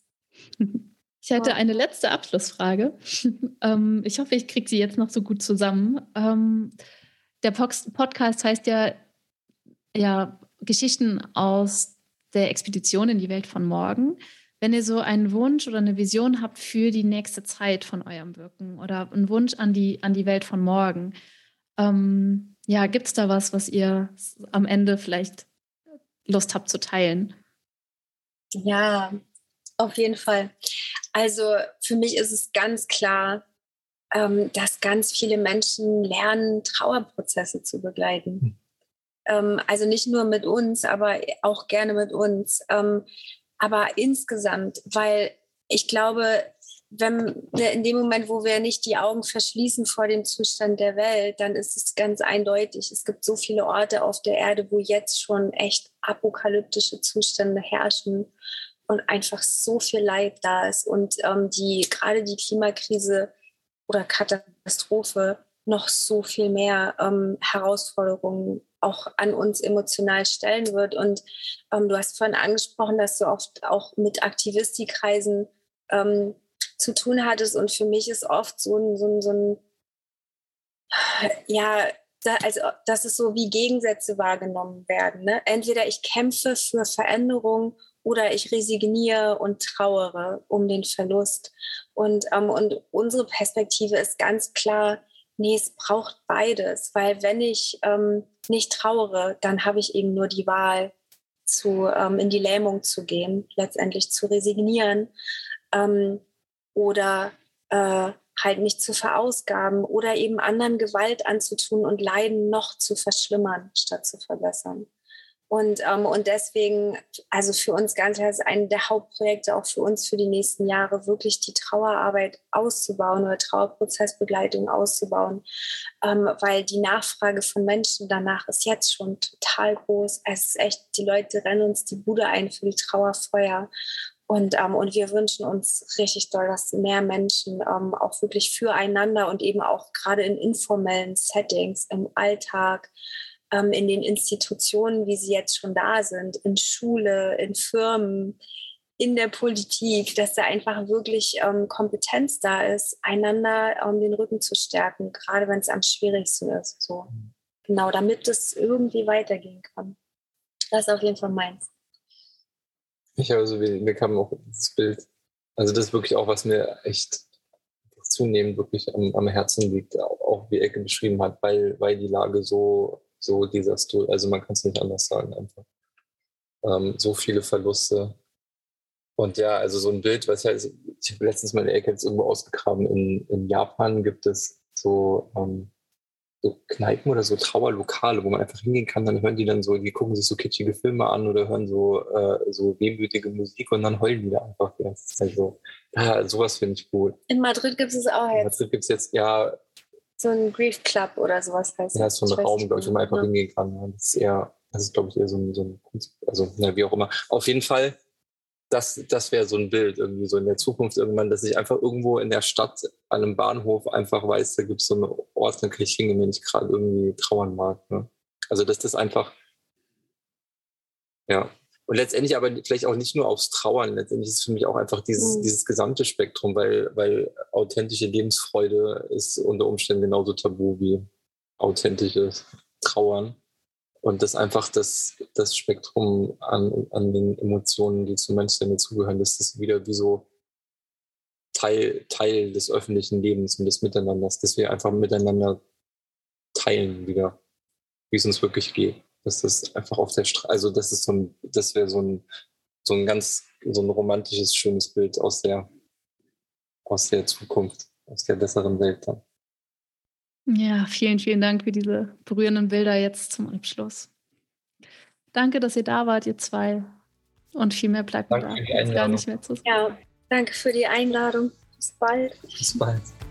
Ich hätte eine letzte Abschlussfrage. ähm, ich hoffe, ich kriege sie jetzt noch so gut zusammen. Ähm, der Podcast heißt ja, ja Geschichten aus der Expedition in die Welt von morgen. Wenn ihr so einen Wunsch oder eine Vision habt für die nächste Zeit von eurem Wirken oder einen Wunsch an die, an die Welt von morgen, ähm, ja, gibt es da was, was ihr am Ende vielleicht Lust habt zu teilen? Ja, auf jeden Fall. Also für mich ist es ganz klar, ähm, dass ganz viele Menschen lernen, Trauerprozesse zu begleiten. Hm. Ähm, also nicht nur mit uns, aber auch gerne mit uns. Ähm, aber insgesamt, weil ich glaube, wenn wir in dem Moment, wo wir nicht die Augen verschließen vor dem Zustand der Welt, dann ist es ganz eindeutig. Es gibt so viele Orte auf der Erde, wo jetzt schon echt apokalyptische Zustände herrschen und einfach so viel Leid da ist und ähm, die gerade die Klimakrise oder Katastrophe noch so viel mehr ähm, Herausforderungen auch an uns emotional stellen wird. Und ähm, du hast vorhin angesprochen, dass du oft auch mit Aktivistikkreisen ähm, zu tun hattest. Und für mich ist oft so ein, so ein, so ein ja, da, also dass es so wie Gegensätze wahrgenommen werden. Ne? Entweder ich kämpfe für Veränderung oder ich resigniere und trauere um den Verlust. Und, ähm, und unsere Perspektive ist ganz klar, nee, es braucht beides, weil wenn ich ähm, nicht trauere, dann habe ich eben nur die Wahl, zu, ähm, in die Lähmung zu gehen, letztendlich zu resignieren ähm, oder äh, halt mich zu verausgaben oder eben anderen Gewalt anzutun und Leiden noch zu verschlimmern, statt zu verbessern. Und, ähm, und deswegen, also für uns ganz klar ist eine der Hauptprojekte auch für uns für die nächsten Jahre, wirklich die Trauerarbeit auszubauen oder Trauerprozessbegleitung auszubauen, ähm, weil die Nachfrage von Menschen danach ist jetzt schon total groß. Es ist echt, die Leute rennen uns die Bude ein für die Trauerfeuer. Und, ähm, und wir wünschen uns richtig doll, dass mehr Menschen ähm, auch wirklich füreinander und eben auch gerade in informellen Settings, im Alltag, ähm, in den Institutionen, wie sie jetzt schon da sind, in Schule, in Firmen, in der Politik, dass da einfach wirklich ähm, Kompetenz da ist, einander ähm, den Rücken zu stärken, gerade wenn es am schwierigsten ist. So. Genau, damit es irgendwie weitergehen kann. Das ist auf jeden Fall meins. Ich also, mir kam auch das Bild, also das ist wirklich auch, was mir echt zunehmend wirklich am, am Herzen liegt, auch, auch wie Elke beschrieben hat, weil, weil die Lage so, so desaströs, also man kann es nicht anders sagen einfach. Ähm, so viele Verluste. Und ja, also so ein Bild, was heißt, ich habe letztens mal in der Ecke jetzt irgendwo ausgegraben, in, in Japan gibt es so, ähm, so Kneipen oder so Trauerlokale, wo man einfach hingehen kann, dann hören die dann so, die gucken sich so kitschige Filme an oder hören so, äh, so wehmütige Musik und dann heulen die da einfach die ganze Zeit so. Ja, sowas finde ich gut. In Madrid gibt es auch In jetzt. Madrid gibt es jetzt, ja, so ein Grief Club oder sowas heißt ja, so ein Raum, glaube ich, wo man einfach ja. hingehen kann. Ja. Das ist eher, das ist, glaube ich, eher so ein, so ein also, na, wie auch immer. Auf jeden Fall, das, das wäre so ein Bild irgendwie so in der Zukunft irgendwann, dass ich einfach irgendwo in der Stadt an einem Bahnhof einfach weiß, da gibt es so einen Ort, da kann ich hingehen, wenn ich gerade irgendwie trauern mag. Ne? Also, dass das einfach, ja. Und letztendlich aber vielleicht auch nicht nur aufs Trauern, letztendlich ist es für mich auch einfach dieses, mhm. dieses gesamte Spektrum, weil, weil authentische Lebensfreude ist unter Umständen genauso tabu wie authentisches Trauern. Und das einfach das, das Spektrum an, an den Emotionen, die zu Menschen dazugehören, dass das wieder wie so Teil, Teil des öffentlichen Lebens und des Miteinanders, dass wir einfach miteinander teilen wieder, wie es uns wirklich geht. Dass das einfach auf der Straße, also das ist so ein, das wäre so ein, so ein ganz, so ein romantisches, schönes Bild aus der, aus der Zukunft, aus der besseren Welt dann. Ja, vielen, vielen Dank für diese berührenden Bilder jetzt zum Abschluss. Danke, dass ihr da wart, ihr zwei. Und viel mehr bleibt mir da jetzt gar nicht mehr zu sagen. Ja, danke für die Einladung. Bis bald. Bis bald.